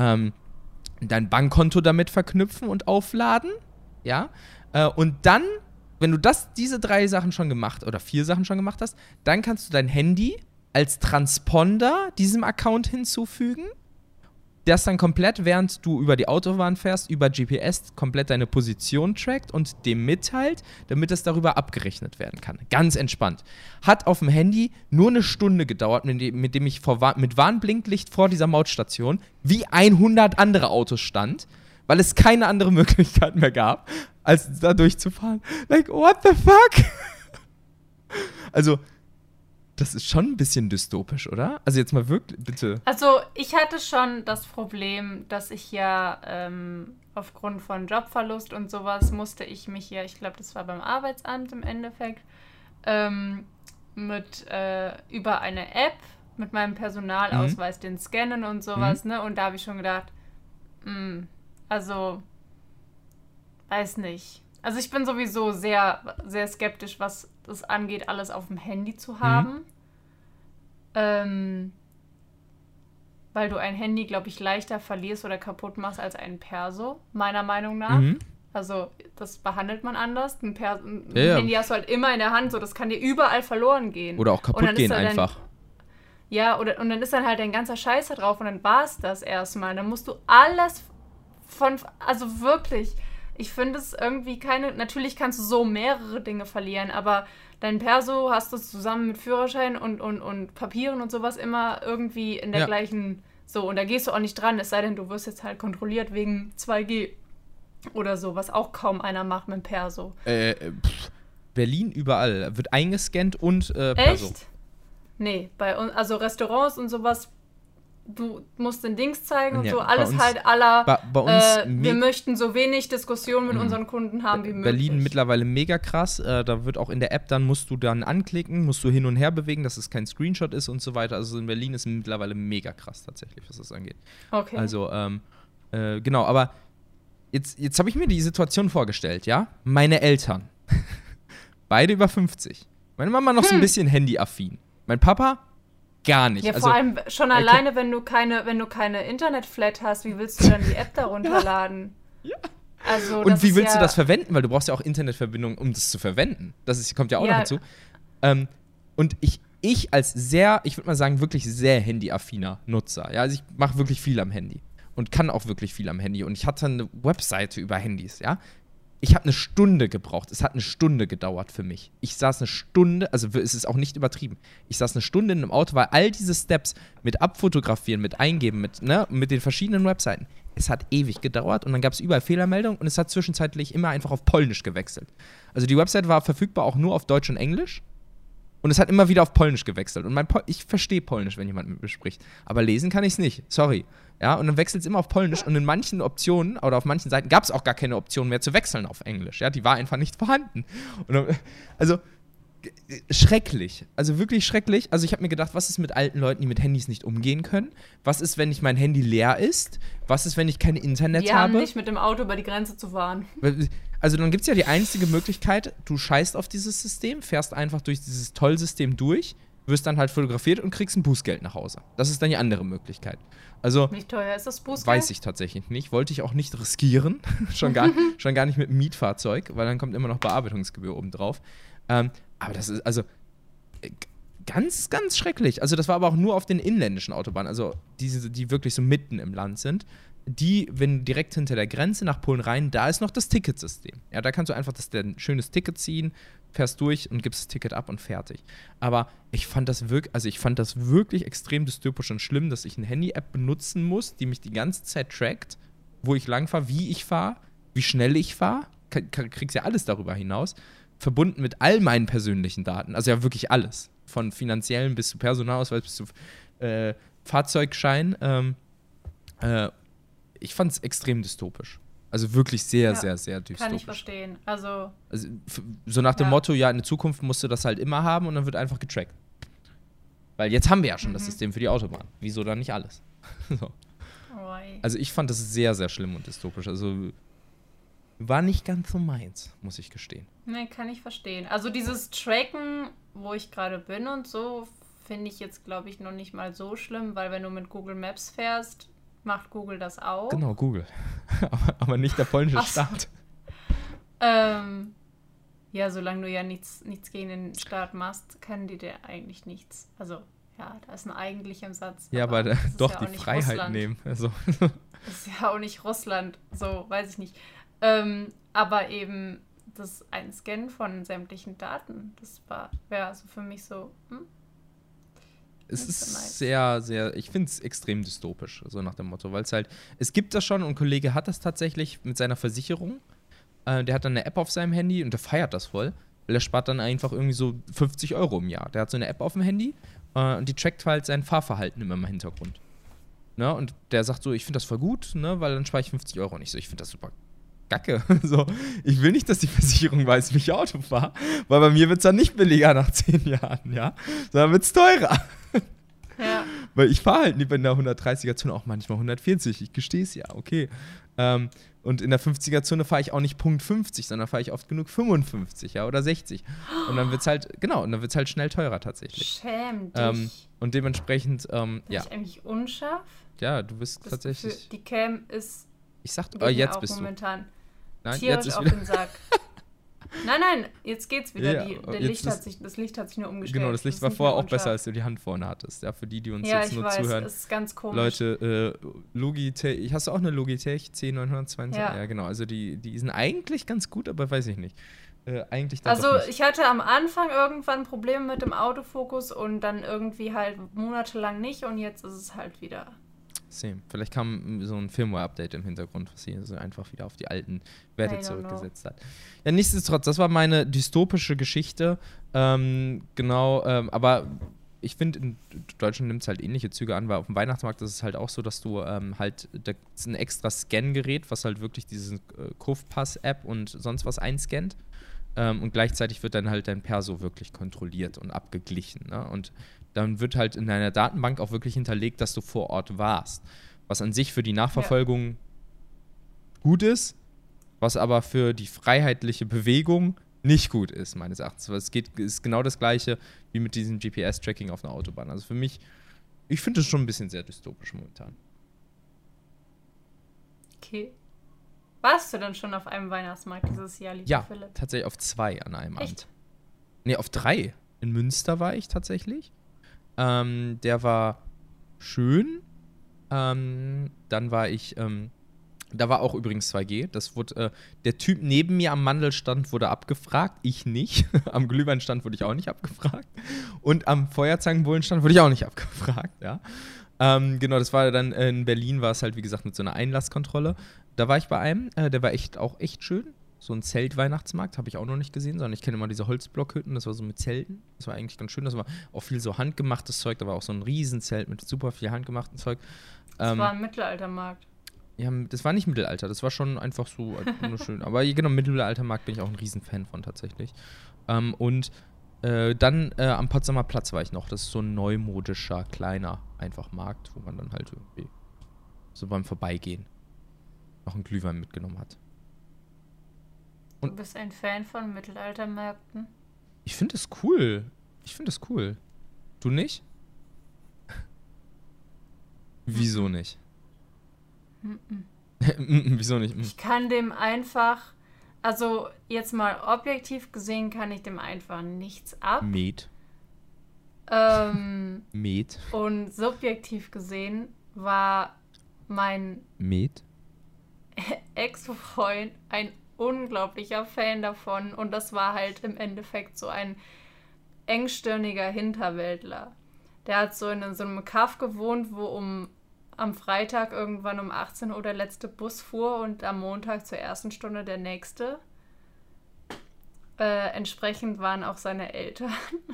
dein Bankkonto damit verknüpfen und aufladen, ja, und dann, wenn du diese 3 Sachen schon gemacht oder 4 Sachen schon gemacht hast, dann kannst du dein Handy als Transponder diesem Account hinzufügen, das dann komplett, während du über die Autobahn fährst, über GPS komplett deine Position trackt und dem mitteilt, damit es darüber abgerechnet werden kann. Ganz entspannt. Hat auf dem Handy nur eine Stunde gedauert, mit dem ich mit Warnblinklicht vor dieser Mautstation wie 100 andere Autos stand, weil es keine andere Möglichkeit mehr gab, als da durchzufahren. Like, what the fuck? Also, das ist schon ein bisschen dystopisch, oder? Also jetzt mal wirklich, bitte. Also ich hatte schon das Problem, dass ich ja aufgrund von Jobverlust und sowas musste ich mich ja, ich glaube, das war beim Arbeitsamt im Endeffekt, über eine App mit meinem Personalausweis den scannen und sowas, ne? Und da habe ich schon gedacht, also, weiß nicht. Also ich bin sowieso sehr, sehr skeptisch, was das angeht, alles auf dem Handy zu haben. Weil du ein Handy, glaube ich, leichter verlierst oder kaputt machst als ein Perso, meiner Meinung nach. Also das behandelt man anders. Ein Handy hast du halt immer in der Hand, so das kann dir überall verloren gehen. Oder auch kaputt gehen einfach. Und dann ist dann halt dein ganzer Scheiß da drauf und dann war es das erstmal. Dann musst du alles also wirklich, ich finde es irgendwie natürlich kannst du so mehrere Dinge verlieren, aber dein Perso hast du zusammen mit Führerschein und Papieren und sowas immer irgendwie in der gleichen, so, und da gehst du auch nicht dran, es sei denn, du wirst jetzt halt kontrolliert wegen 2G oder so, was auch kaum einer macht mit dem Perso. Berlin überall, wird eingescannt und Perso. Echt? Nee, bei uns, also Restaurants und sowas, du musst den Dings zeigen und so, alles uns, halt bei uns wir möchten so wenig Diskussionen mit unseren Kunden haben wie möglich. Berlin mittlerweile mega krass, da wird auch in der App dann, musst du dann anklicken, musst du hin und her bewegen, dass es kein Screenshot ist und so weiter, also in Berlin ist mittlerweile mega krass tatsächlich, was das angeht. Okay. Also, genau, aber jetzt habe ich mir die Situation vorgestellt, ja, meine Eltern, beide über 50, meine Mama noch so ein bisschen handyaffin, mein Papa gar nicht. Ja, also, vor allem schon alleine, wenn du keine Internet-Flat hast, wie willst du dann die App da runterladen? Ja. Also, und wie willst du das verwenden? Weil du brauchst ja auch Internetverbindung, um das zu verwenden. Kommt ja auch noch dazu. Und ich als sehr, ich würde mal sagen, wirklich sehr handyaffiner Nutzer. Ja, also ich mache wirklich viel am Handy und kann auch wirklich viel am Handy. Und ich hatte eine Webseite über Handys, ja. Ich habe eine Stunde gebraucht. Es hat eine Stunde gedauert für mich. Ich saß eine Stunde, also es ist auch nicht übertrieben. Ich saß eine Stunde in einem Auto, weil all diese Steps mit Abfotografieren, mit Eingeben, mit den verschiedenen Webseiten, es hat ewig gedauert und dann gab es überall Fehlermeldungen und es hat zwischenzeitlich immer einfach auf Polnisch gewechselt. Also die Website war verfügbar auch nur auf Deutsch und Englisch und es hat immer wieder auf Polnisch gewechselt. Und ich verstehe Polnisch, wenn jemand mit mir spricht, aber lesen kann ich es nicht. Sorry. Ja, und dann wechselt es immer auf Polnisch und in manchen Optionen oder auf manchen Seiten gab es auch gar keine Option mehr zu wechseln auf Englisch. Ja, die war einfach nicht vorhanden. Und dann, also schrecklich, also wirklich schrecklich. Also ich habe mir gedacht, was ist mit alten Leuten, die mit Handys nicht umgehen können? Was ist, wenn mein Handy leer ist? Was ist, wenn ich kein Internet habe? Die haben nicht mit dem Auto über die Grenze zu fahren. Also dann gibt es ja die einzige Möglichkeit, du scheißt auf dieses System, fährst einfach durch dieses Tollsystem durch, wirst dann halt fotografiert und kriegst ein Bußgeld nach Hause. Das ist dann die andere Möglichkeit. Also, Wie teuer ist das Bußgeld? weiß ich tatsächlich nicht. Wollte ich auch nicht riskieren. schon gar nicht mit einem Mietfahrzeug, weil dann kommt immer noch Bearbeitungsgebühr obendrauf. Aber das ist also ganz, ganz schrecklich. Also das war aber auch nur auf den inländischen Autobahnen, also diese, die wirklich so mitten im Land sind. Die, wenn direkt hinter der Grenze nach Polen rein, da ist noch das Ticketsystem. Ja, da kannst du einfach ein schönes Ticket ziehen, fährst durch und gibst das Ticket ab und fertig. Aber ich fand das wirklich extrem dystopisch und schlimm, dass ich eine Handy-App benutzen muss, die mich die ganze Zeit trackt, wo ich lang fahre, wie ich fahre, wie schnell ich fahre. Kriegst ja alles darüber hinaus. Verbunden mit all meinen persönlichen Daten. Also ja wirklich alles. Von finanziellen bis zu Personalausweis bis zu Fahrzeugschein. Ich fand es extrem dystopisch. Also wirklich sehr, sehr, sehr dystopisch. Kann ich verstehen. Also so nach dem Motto, ja, in der Zukunft musst du das halt immer haben und dann wird einfach getrackt. Weil jetzt haben wir ja schon das System für die Autobahn. Wieso dann nicht alles? So. Also ich fand das sehr, sehr schlimm und dystopisch. Also war nicht ganz so meins, muss ich gestehen. Nee, kann ich verstehen. Also dieses Tracken, wo ich gerade bin und so, finde ich jetzt, glaube ich, noch nicht mal so schlimm, weil wenn du mit Google Maps fährst, macht Google das auch. Genau, Google. aber nicht der polnische Staat. Ja, solange du ja nichts gegen den Staat machst, können die dir eigentlich nichts. Also, ja, da ist ein eigentlich im Satz. Ja, aber doch die Freiheit Russland nehmen. Also. Das ist ja auch nicht Russland, so, weiß ich nicht. Aber eben das Einscannen von sämtlichen Daten, das wäre also für mich so, Es ist sehr, sehr, ich finde es extrem dystopisch, so nach dem Motto, weil es gibt das schon und ein Kollege hat das tatsächlich mit seiner Versicherung. Der hat dann eine App auf seinem Handy und der feiert das voll, weil er spart dann einfach irgendwie so 50 € im Jahr. Der hat so eine App auf dem Handy und die trackt halt sein Fahrverhalten immer im Hintergrund. Ne? Und der sagt so, ich finde das voll gut, ne? Weil dann spare ich 50 € nicht. So, ich finde das super Kacke. So, ich will nicht, dass die Versicherung weiß, wie ich Auto fahre, weil bei mir wird es dann nicht billiger nach 10 Jahren, ja, sondern wird es teurer. Ja. Weil ich fahre halt nicht in der 130er-Zone, auch manchmal 140, ich gestehe es ja, okay. Und in der 50er-Zone fahre ich auch nicht Punkt 50, sondern fahre ich oft genug 55, ja, oder 60. Und dann wird es halt, schnell teurer tatsächlich. Schäm dich. Und dementsprechend, Bin ich eigentlich unscharf? Ja, du bist das tatsächlich. Gefühl, die Cam ist. Ich sag, jetzt bist momentan du. Nein, tierisch jetzt ist auf wieder. Den Sack. Nein, jetzt geht's wieder. Ja, das Licht hat sich nur umgestellt. Genau, das Licht war vorher auch besser, als du die Hand vorne hattest. Ja, für die uns jetzt nur zuhören. Ja, das ist ganz komisch. Leute, Logitech, hast du auch eine Logitech C920? Ja, genau, also die sind eigentlich ganz gut, aber weiß ich nicht. Eigentlich dann also doch nicht. Ich hatte am Anfang irgendwann Probleme mit dem Autofokus und dann irgendwie halt monatelang nicht und jetzt ist es halt wieder. Same. Vielleicht kam so ein Firmware-Update im Hintergrund, was sie so einfach wieder auf die alten Werte zurückgesetzt hat. Ja, nichtsdestotrotz, das war meine dystopische Geschichte. Aber ich finde, in Deutschland nimmt es halt ähnliche Züge an, weil auf dem Weihnachtsmarkt ist es halt auch so, dass du da ist ein extra Scan-Gerät, was halt wirklich diese Kurvpass-App und sonst was einscannt. Und gleichzeitig wird dann halt dein Perso wirklich kontrolliert und abgeglichen. Ne? Und dann wird halt in deiner Datenbank auch wirklich hinterlegt, dass du vor Ort warst. Was an sich für die Nachverfolgung gut ist, was aber für die freiheitliche Bewegung nicht gut ist, meines Erachtens. Weil ist genau das Gleiche wie mit diesem GPS-Tracking auf einer Autobahn. Also für mich, ich finde es schon ein bisschen sehr dystopisch momentan. Okay. Warst du denn schon auf einem Weihnachtsmarkt dieses Jahr, lieber Philipp? Ja, tatsächlich auf 2 an einem Echt? Abend. Nee, auf 3. In Münster war ich tatsächlich. Der war schön. Dann war ich, da war auch übrigens 2G. Das wurde, der Typ neben mir am Mandelstand wurde abgefragt, ich nicht. Am Glühweinstand wurde ich auch nicht abgefragt. Und am Feuerzangenbowlenstand wurde ich auch nicht abgefragt, ja. Genau, das war dann in Berlin, war es halt, wie gesagt, mit so einer Einlasskontrolle. Da war ich bei einem, der war auch echt schön. So ein Zelt-Weihnachtsmarkt, habe ich auch noch nicht gesehen, sondern ich kenne immer diese Holzblockhütten, das war so mit Zelten. Das war eigentlich ganz schön, das war auch viel so handgemachtes Zeug, da war auch so ein Riesenzelt mit super viel handgemachtem Zeug. Das war ein Mittelaltermarkt. Ja, das war nicht Mittelalter, das war schon einfach so nur schön. Aber genau, Mittelaltermarkt bin ich auch ein Riesenfan von tatsächlich. Und dann am Potsdamer Platz war ich noch, das ist so ein neumodischer, kleiner einfach Markt, wo man dann halt irgendwie so beim Vorbeigehen noch einen Glühwein mitgenommen hat. Du bist ein Fan von Mittelaltermärkten? Ich finde das cool. Du nicht? Wieso nicht? Wieso nicht? Ich kann dem einfach, also jetzt mal objektiv gesehen, kann ich dem einfach nichts ab. Met. Met. Und subjektiv gesehen war mein Met. Ex-Freund ein unglaublicher Fan davon und das war halt im Endeffekt so ein engstirniger Hinterwäldler. Der hat so in so einem Kaff gewohnt, wo am Freitag irgendwann um 18 Uhr der letzte Bus fuhr und am Montag zur ersten Stunde der nächste. Entsprechend waren auch seine Eltern.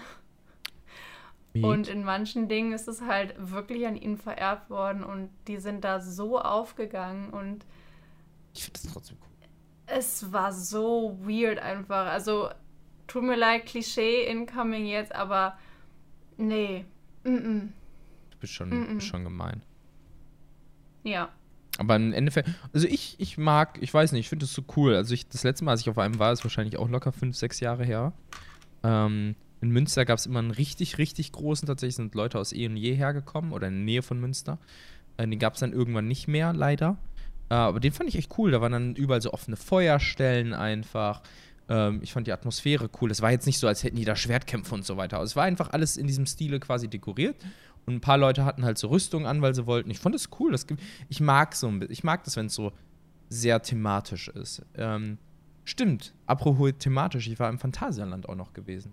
Und in manchen Dingen ist es halt wirklich an ihn vererbt worden und die sind da so aufgegangen und ich finde das trotzdem cool. Es war so weird einfach. Also, tut mir leid, Klischee incoming jetzt, aber nee. Du bist schon gemein. Ja. Aber im Endeffekt, also ich weiß nicht, ich finde das so cool. Also das letzte Mal, als ich auf einem war, ist wahrscheinlich auch locker 5, 6 Jahre her. In Münster gab es immer einen richtig, richtig großen, tatsächlich sind Leute aus eh und je hergekommen oder in der Nähe von Münster. Den gab es dann irgendwann nicht mehr, leider. Aber den fand ich echt cool. Da waren dann überall so offene Feuerstellen einfach. Ich fand die Atmosphäre cool. Es war jetzt nicht so, als hätten die da Schwertkämpfe und so weiter. Aber es war einfach alles in diesem Stile quasi dekoriert. Und ein paar Leute hatten halt so Rüstung an, weil sie wollten. Ich fand das cool. Ich mag das, wenn es so sehr thematisch ist. Stimmt. Apropos thematisch, ich war im Phantasialand auch noch gewesen.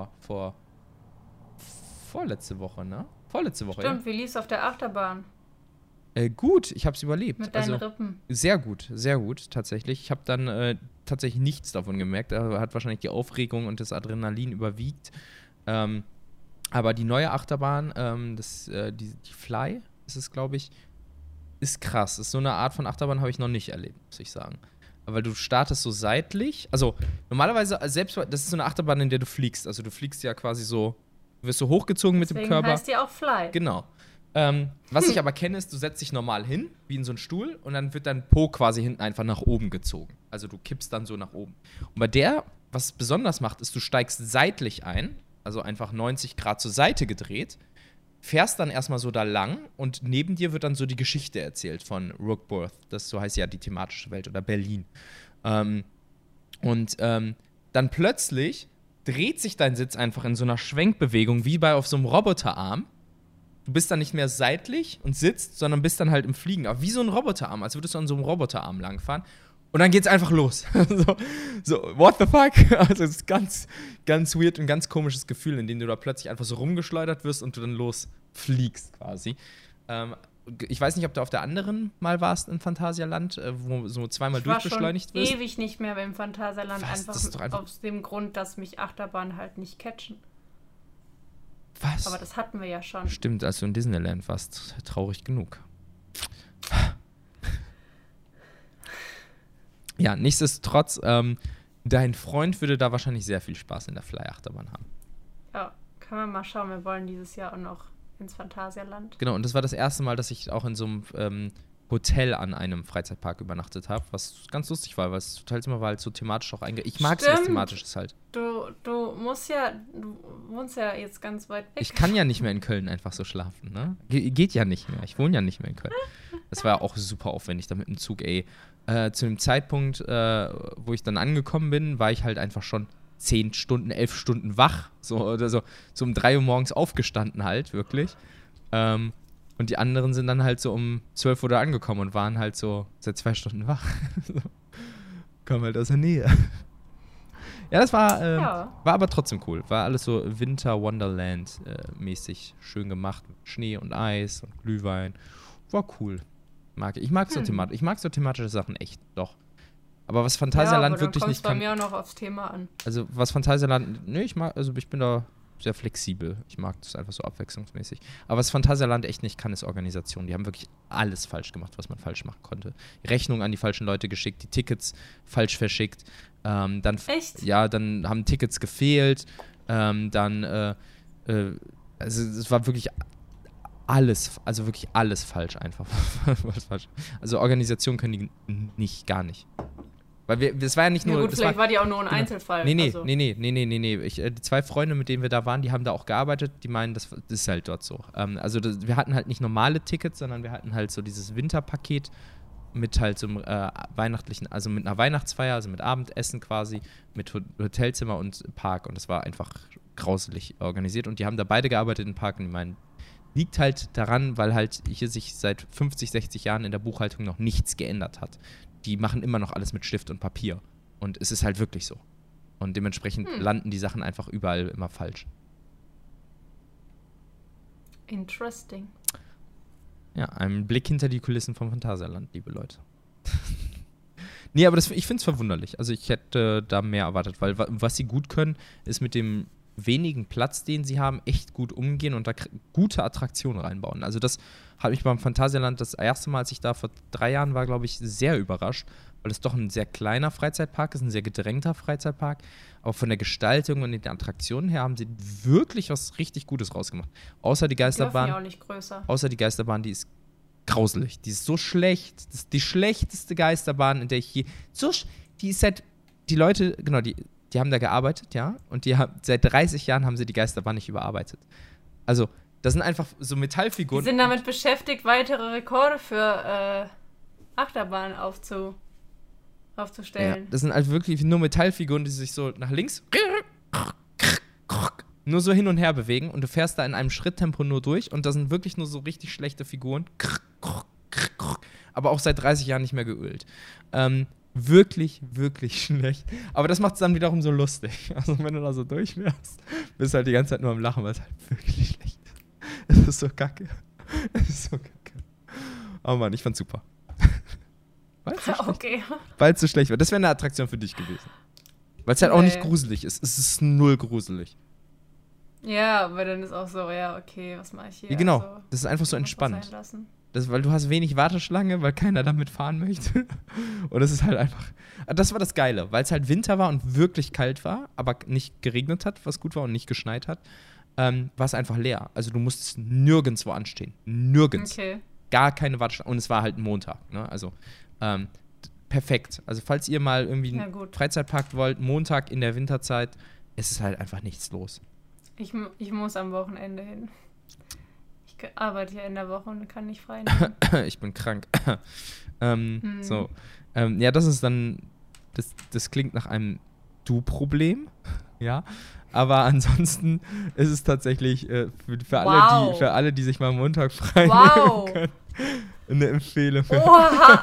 Vorletzte Woche, ne? Vorletzte Woche, Stimmt, wie lief's auf der Achterbahn? Gut, ich habe es überlebt. Mit deinen Rippen. Sehr gut, tatsächlich. Ich habe dann tatsächlich nichts davon gemerkt. Da hat wahrscheinlich die Aufregung und das Adrenalin überwiegt. Aber die neue Achterbahn, die Fly, ist es, glaube ich, ist krass. Ist so eine Art von Achterbahn habe ich noch nicht erlebt, muss ich sagen. Weil du startest so seitlich. Also normalerweise, das ist so eine Achterbahn, in der du fliegst. Also du fliegst ja quasi so, du wirst so hochgezogen mit dem Körper. Deswegen heißt die auch Fly. Genau. Was ich aber kenne, ist, du setzt dich normal hin, wie in so einen Stuhl, und dann wird dein Po quasi hinten einfach nach oben gezogen. Also du kippst dann so nach oben. Und bei der, was es besonders macht, ist, du steigst seitlich ein, also einfach 90 Grad zur Seite gedreht, fährst dann erstmal so da lang und neben dir wird dann so die Geschichte erzählt von Rookworth. Das so heißt ja die thematische Welt oder Berlin. Dann plötzlich dreht sich dein Sitz einfach in so einer Schwenkbewegung wie auf so einem Roboterarm. Du bist dann nicht mehr seitlich und sitzt, sondern bist dann halt im Fliegen. Aber wie so ein Roboterarm, als würdest du an so einem Roboterarm langfahren. Und dann geht's einfach los. so, what the fuck? Also es ist ganz, ganz weird und ganz komisches Gefühl, in dem du da plötzlich einfach so rumgeschleudert wirst und du dann losfliegst quasi. Ich weiß nicht, ob du auf der anderen mal warst in Phantasialand, wo so zweimal durchbeschleunigt wirst. Ich war ewig nicht mehr im Phantasialand, einfach aus dem Grund, dass mich Achterbahnen halt nicht catchen. Was? Aber das hatten wir ja schon. Stimmt, als du in Disneyland warst, traurig genug. Ja, nichtsdestotrotz, dein Freund würde da wahrscheinlich sehr viel Spaß in der Fly-Achterbahn haben. Ja, können wir mal schauen. Wir wollen dieses Jahr auch noch ins Phantasialand. Genau, und das war das erste Mal, dass ich auch in so einem Hotel an einem Freizeitpark übernachtet habe, was ganz lustig war, weil es total immer war halt so thematisch auch Ich mag es, was thematisch ist halt. Du wohnst ja jetzt ganz weit weg. Ich kann ja nicht mehr in Köln einfach so schlafen, ne? Geht ja nicht mehr. Ich wohne ja nicht mehr in Köln. Das war ja auch super aufwendig da mit dem Zug, ey. Zu dem Zeitpunkt, wo ich dann angekommen bin, war ich halt einfach schon 10 Stunden, 11 Stunden wach. So um 3 Uhr morgens aufgestanden halt, wirklich. Und die anderen sind dann halt so um 12 Uhr da angekommen und waren halt so seit 2 Stunden wach. Kommen halt aus der Nähe. Ja, das war aber trotzdem cool. War alles so Winter Wonderland mäßig schön gemacht. Mit Schnee und Eis und Glühwein. War cool. Ich mag so thematische Sachen echt, doch. Aber was Phantasialand wirklich nicht kann. Bei mir auch noch aufs Thema an. Also was Phantasialand, ich bin da sehr flexibel. Ich mag das einfach so abwechslungsmäßig. Aber was Phantasialand echt nicht kann, ist Organisation. Die haben wirklich alles falsch gemacht, was man falsch machen konnte. Rechnung an die falschen Leute geschickt, die Tickets falsch verschickt. Echt? Ja, dann haben Tickets gefehlt. Also es war wirklich alles falsch einfach. Also Organisation können die nicht, gar nicht. Weil das war ja nicht nur... Ja gut, vielleicht war die auch nur ein Einzelfall. Nee. Die 2 Freunde, mit denen wir da waren, die haben da auch gearbeitet, die meinen, das ist halt dort so. Wir hatten halt nicht normale Tickets, sondern wir hatten halt so dieses Winterpaket mit halt so einem weihnachtlichen, also mit einer Weihnachtsfeier, also mit Abendessen quasi, mit Hotelzimmer und Park. Und das war einfach grauselig organisiert. Und die haben da beide gearbeitet im Park und die meinen, liegt halt daran, weil halt hier sich seit 50, 60 Jahren in der Buchhaltung noch nichts geändert hat. Die machen immer noch alles mit Stift und Papier. Und es ist halt wirklich so. Und dementsprechend landen die Sachen einfach überall immer falsch. Interesting. Ja, ein Blick hinter die Kulissen vom Phantasialand, liebe Leute. Nee, aber ich finde es verwunderlich. Also ich hätte da mehr erwartet, weil was sie gut können, ist mit dem wenigen Platz, den sie haben, echt gut umgehen und da gute Attraktionen reinbauen. Also das hat mich beim Phantasialand das erste Mal, als ich da vor 3 Jahren war, glaube ich, sehr überrascht, weil es doch ein sehr kleiner Freizeitpark ist, ein sehr gedrängter Freizeitpark. Aber von der Gestaltung und den Attraktionen her haben sie wirklich was richtig Gutes rausgemacht. Außer die Geisterbahn. Ja auch nicht größer. Außer die Geisterbahn, die ist grauselig. Die ist so schlecht. Das ist die schlechteste Geisterbahn, in der ich je... Die ist seit... Die Leute, genau, die haben da gearbeitet, ja, und seit 30 Jahren haben sie die Geisterbahn nicht überarbeitet. Also, das sind einfach so Metallfiguren. Die sind damit beschäftigt, weitere Rekorde für Achterbahnen aufzustellen. Ja, das sind halt wirklich nur Metallfiguren, die sich so nach links nur so hin und her bewegen und du fährst da in einem Schritttempo nur durch und das sind wirklich nur so richtig schlechte Figuren. Aber auch seit 30 Jahren nicht mehr geölt. Wirklich, wirklich schlecht. Aber das macht es dann wiederum so lustig. Also wenn du da so durchfährst, bist du halt die ganze Zeit nur am Lachen, weil es halt wirklich schlecht ist. Es ist so kacke. Oh Mann, ich fand's super. Weil es so schlecht war. Das wäre eine Attraktion für dich gewesen. Weil es halt auch nicht gruselig ist. Es ist null gruselig. Ja, aber dann ist auch so, ja, okay, was mache ich hier? Ja, genau. Also, das ist einfach so entspannt. Weil du hast wenig Warteschlange, weil keiner damit fahren möchte. Und es ist halt einfach... Das war das Geile, weil es halt Winter war und wirklich kalt war, aber nicht geregnet hat, was gut war, und nicht geschneit hat, war es einfach leer. Also du musstest nirgendwo anstehen. Nirgends. Okay. Gar keine Warteschlange. Und es war halt ein Montag. Ne? Also perfekt. Also falls ihr mal irgendwie einen Freizeitpark wollt, Montag in der Winterzeit, ist es halt einfach nichts los. Ich muss am Wochenende hin. Ich arbeite ja in der Woche und kann nicht frei nehmen. Ich bin krank. So. Ja, das ist dann, das klingt nach einem Du-Problem, ja. Aber ansonsten ist es tatsächlich für alle, die sich mal am Montag frei nehmen können, eine Empfehlung. Oha!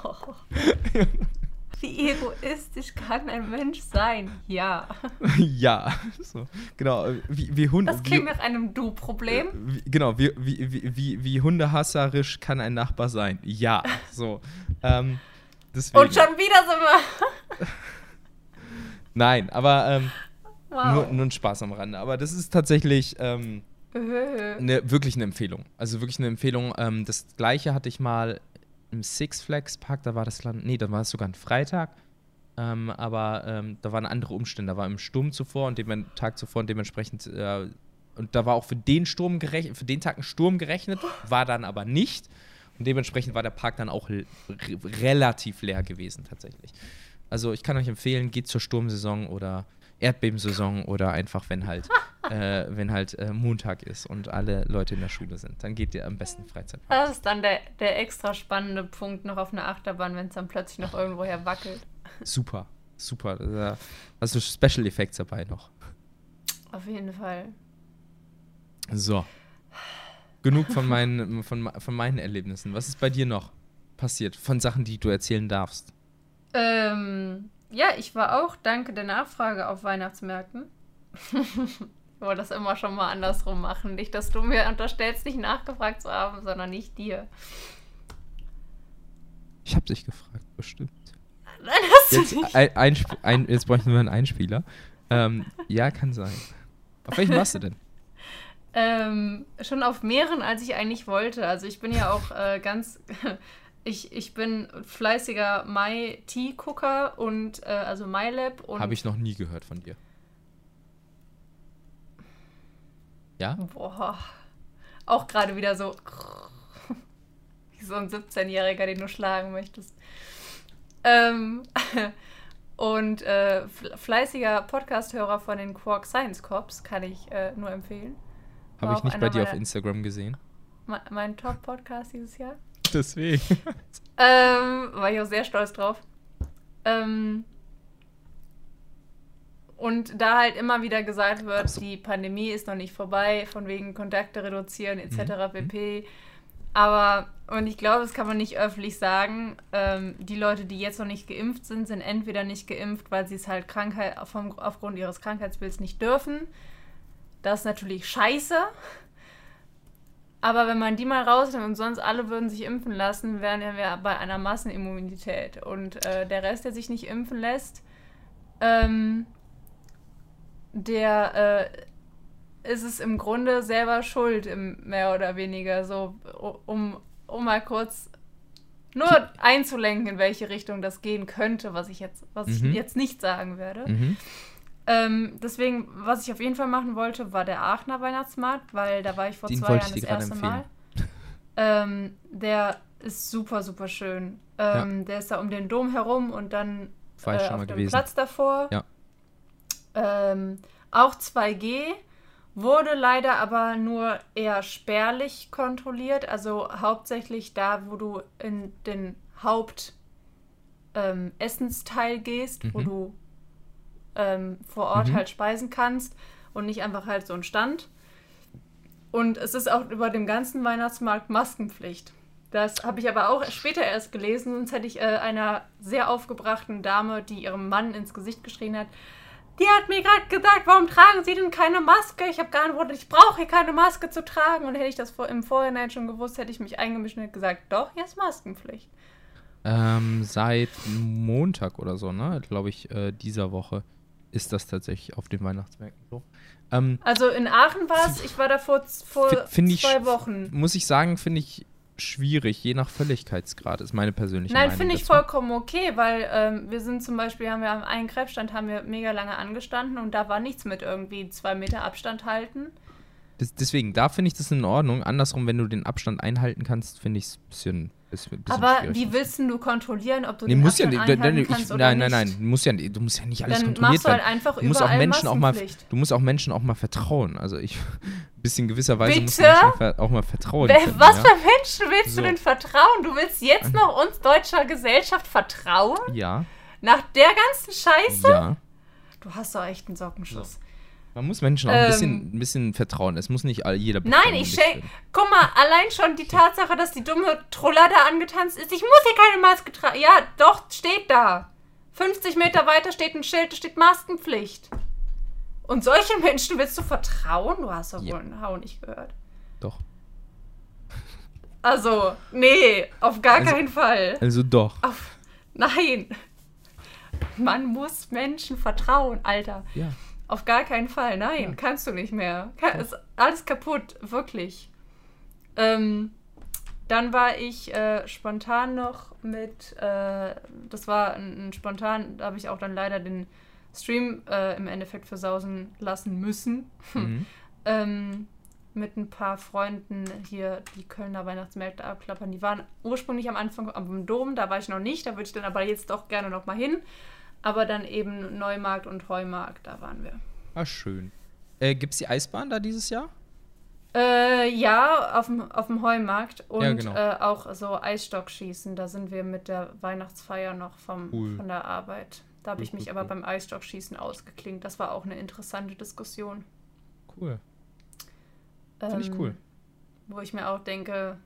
Wie egoistisch kann ein Mensch sein? Ja. Ja, so, genau. Das klingt nach einem Du-Problem. Wie hundehasserisch kann ein Nachbar sein? Ja, so. Deswegen. Und schon wieder sind wir... Nein, aber nur ein Spaß am Rande. Aber das ist tatsächlich wirklich eine Empfehlung. Also wirklich eine Empfehlung. Das Gleiche hatte ich mal im Six Flags Park, da war das sogar ein Freitag, aber da waren andere Umstände, da war im Sturm zuvor und dem Tag zuvor und dementsprechend, und da war auch für den Tag ein Sturm gerechnet, war dann aber nicht und dementsprechend war der Park dann auch relativ leer gewesen tatsächlich. Also ich kann euch empfehlen, geht zur Sturmsaison oder Erdbebensaison oder einfach, wenn halt Montag ist und alle Leute in der Schule sind. Dann geht ihr am besten Freizeitpark. Das ist dann der extra spannende Punkt noch auf einer Achterbahn, wenn es dann plötzlich noch irgendwoher wackelt. Super. Da hast du Special Effects dabei noch. Auf jeden Fall. So. Genug von meinen Erlebnissen. Was ist bei dir noch passiert? Von Sachen, die du erzählen darfst? Ja, ich war auch, danke der Nachfrage, auf Weihnachtsmärkten. Ich wollte das immer schon mal andersrum machen. Nicht, dass du mir unterstellst, nicht nachgefragt zu haben, sondern nicht dir. Ich habe dich gefragt, bestimmt. Nein, hast du nicht. Jetzt bräuchten wir einen Einspieler. Ja, kann sein. Auf welchen warst du denn? Schon auf mehreren, als ich eigentlich wollte. Also ich bin ja auch Ich bin fleißiger My-Tea-Gucker und also MyLab und... Habe ich noch nie gehört von dir. Ja? Boah. Auch gerade wieder so... Wie so ein 17-Jähriger, den du schlagen möchtest. Und fleißiger Podcast-Hörer von den Quark Science Cops, kann ich nur empfehlen. Habe ich nicht bei dir auf Instagram gesehen. Mein Top-Podcast dieses Jahr. Deswegen. War ich auch sehr stolz drauf. Und da halt immer wieder gesagt wird, die Pandemie ist noch nicht vorbei, von wegen Kontakte reduzieren etc. pp. Aber, und ich glaube, das kann man nicht öffentlich sagen, die Leute, die jetzt noch nicht geimpft sind, sind entweder nicht geimpft, weil sie es halt aufgrund ihres Krankheitsbilds nicht dürfen. Das ist natürlich scheiße. Aber wenn man die mal rausnimmt und sonst alle würden sich impfen lassen, wären wir bei einer Massenimmunität. Und der Rest, der sich nicht impfen lässt, der ist es im Grunde selber schuld, mehr oder weniger. So, um mal kurz nur einzulenken, in welche Richtung das gehen könnte, was ich jetzt nicht sagen werde. Deswegen, was ich auf jeden Fall machen wollte, war der Aachener Weihnachtsmarkt, weil da war ich vor 2 Jahren das erste Mal. Der ist super, super schön. Der ist da um den Dom herum und dann auf dem Platz davor. Ja. Auch 2G, wurde leider aber nur eher spärlich kontrolliert. Also hauptsächlich da, wo du in den Hauptessensteil gehst, wo du vor Ort halt speisen kannst und nicht einfach halt so ein Stand. Und es ist auch über dem ganzen Weihnachtsmarkt Maskenpflicht. Das habe ich aber auch später erst gelesen, sonst hätte ich einer sehr aufgebrachten Dame, die ihrem Mann ins Gesicht geschrien hat, die hat mir gerade gesagt, warum tragen Sie denn keine Maske? Ich habe geantwortet, ich brauche hier keine Maske zu tragen. Und hätte ich das im Vorhinein schon gewusst, hätte ich mich eingemischt und hätte gesagt, doch, hier ist Maskenpflicht. Seit Montag oder so, ne? Glaube ich, dieser Woche ist das tatsächlich auf den Weihnachtsmärkten so. Also in Aachen war es, ich war da vor 2 Wochen. Muss ich sagen, finde ich schwierig, je nach Völligkeitsgrad, ist meine persönliche Meinung. Nein, finde ich vollkommen okay, weil wir sind zum Beispiel, haben wir am einen Krebsstand mega lange angestanden und da war nichts mit irgendwie 2 Meter Abstand halten. Deswegen, da finde ich das in Ordnung. Andersrum, wenn du den Abstand einhalten kannst, finde ich es ein bisschen aber schwierig. Wie willst du kontrollieren, ob du den Abstand einhalten kannst oder nicht? Nein, du musst ja nicht alles dann kontrolliert machst du halt einfach überall Maskenpflicht. Du musst auch Menschen auch mal vertrauen. Also ein bisschen gewisserweise musst du Menschen auch mal vertrauen. Was für Menschen willst du denn vertrauen? Du willst jetzt noch uns deutscher Gesellschaft vertrauen? Ja. Nach der ganzen Scheiße? Ja. Du hast doch echt einen Sockenschuss. So. Man muss Menschen auch ein bisschen vertrauen. Es muss nicht jeder Nein, guck mal, allein schon die Tatsache, dass die dumme Troller da angetanzt ist. Ich muss hier keine Maske tragen. Ja, doch, steht da. 50 Meter weiter steht ein Schild, da steht Maskenpflicht. Und solchen Menschen willst du vertrauen? Du hast doch wohl einen Hau nicht gehört. Doch. Also, nee, auf gar keinen Fall. Also doch. Nein. Man muss Menschen vertrauen, Alter. Ja. Auf gar keinen Fall, nein, kannst du nicht mehr. Ist alles kaputt, wirklich. Dann war ich spontan noch mit, das war ein spontan, da habe ich auch dann leider den Stream im Endeffekt versausen lassen müssen. Mit ein paar Freunden hier die Kölner Weihnachtsmärkte abklappern. Die waren ursprünglich am Anfang am Dom, da war ich noch nicht, da würde ich dann aber jetzt doch gerne noch mal hin. Aber dann eben Neumarkt und Heumarkt, da waren wir. Ah, schön. Gibt's die Eisbahn da dieses Jahr? Ja, auf dem Heumarkt und ja, genau. auch so Eisstockschießen. Da sind wir mit der Weihnachtsfeier noch von der Arbeit. Da habe ich mich aber beim Eisstockschießen ausgeklinkt. Das war auch eine interessante Diskussion. Cool. Finde ich cool. Wo ich mir auch denke,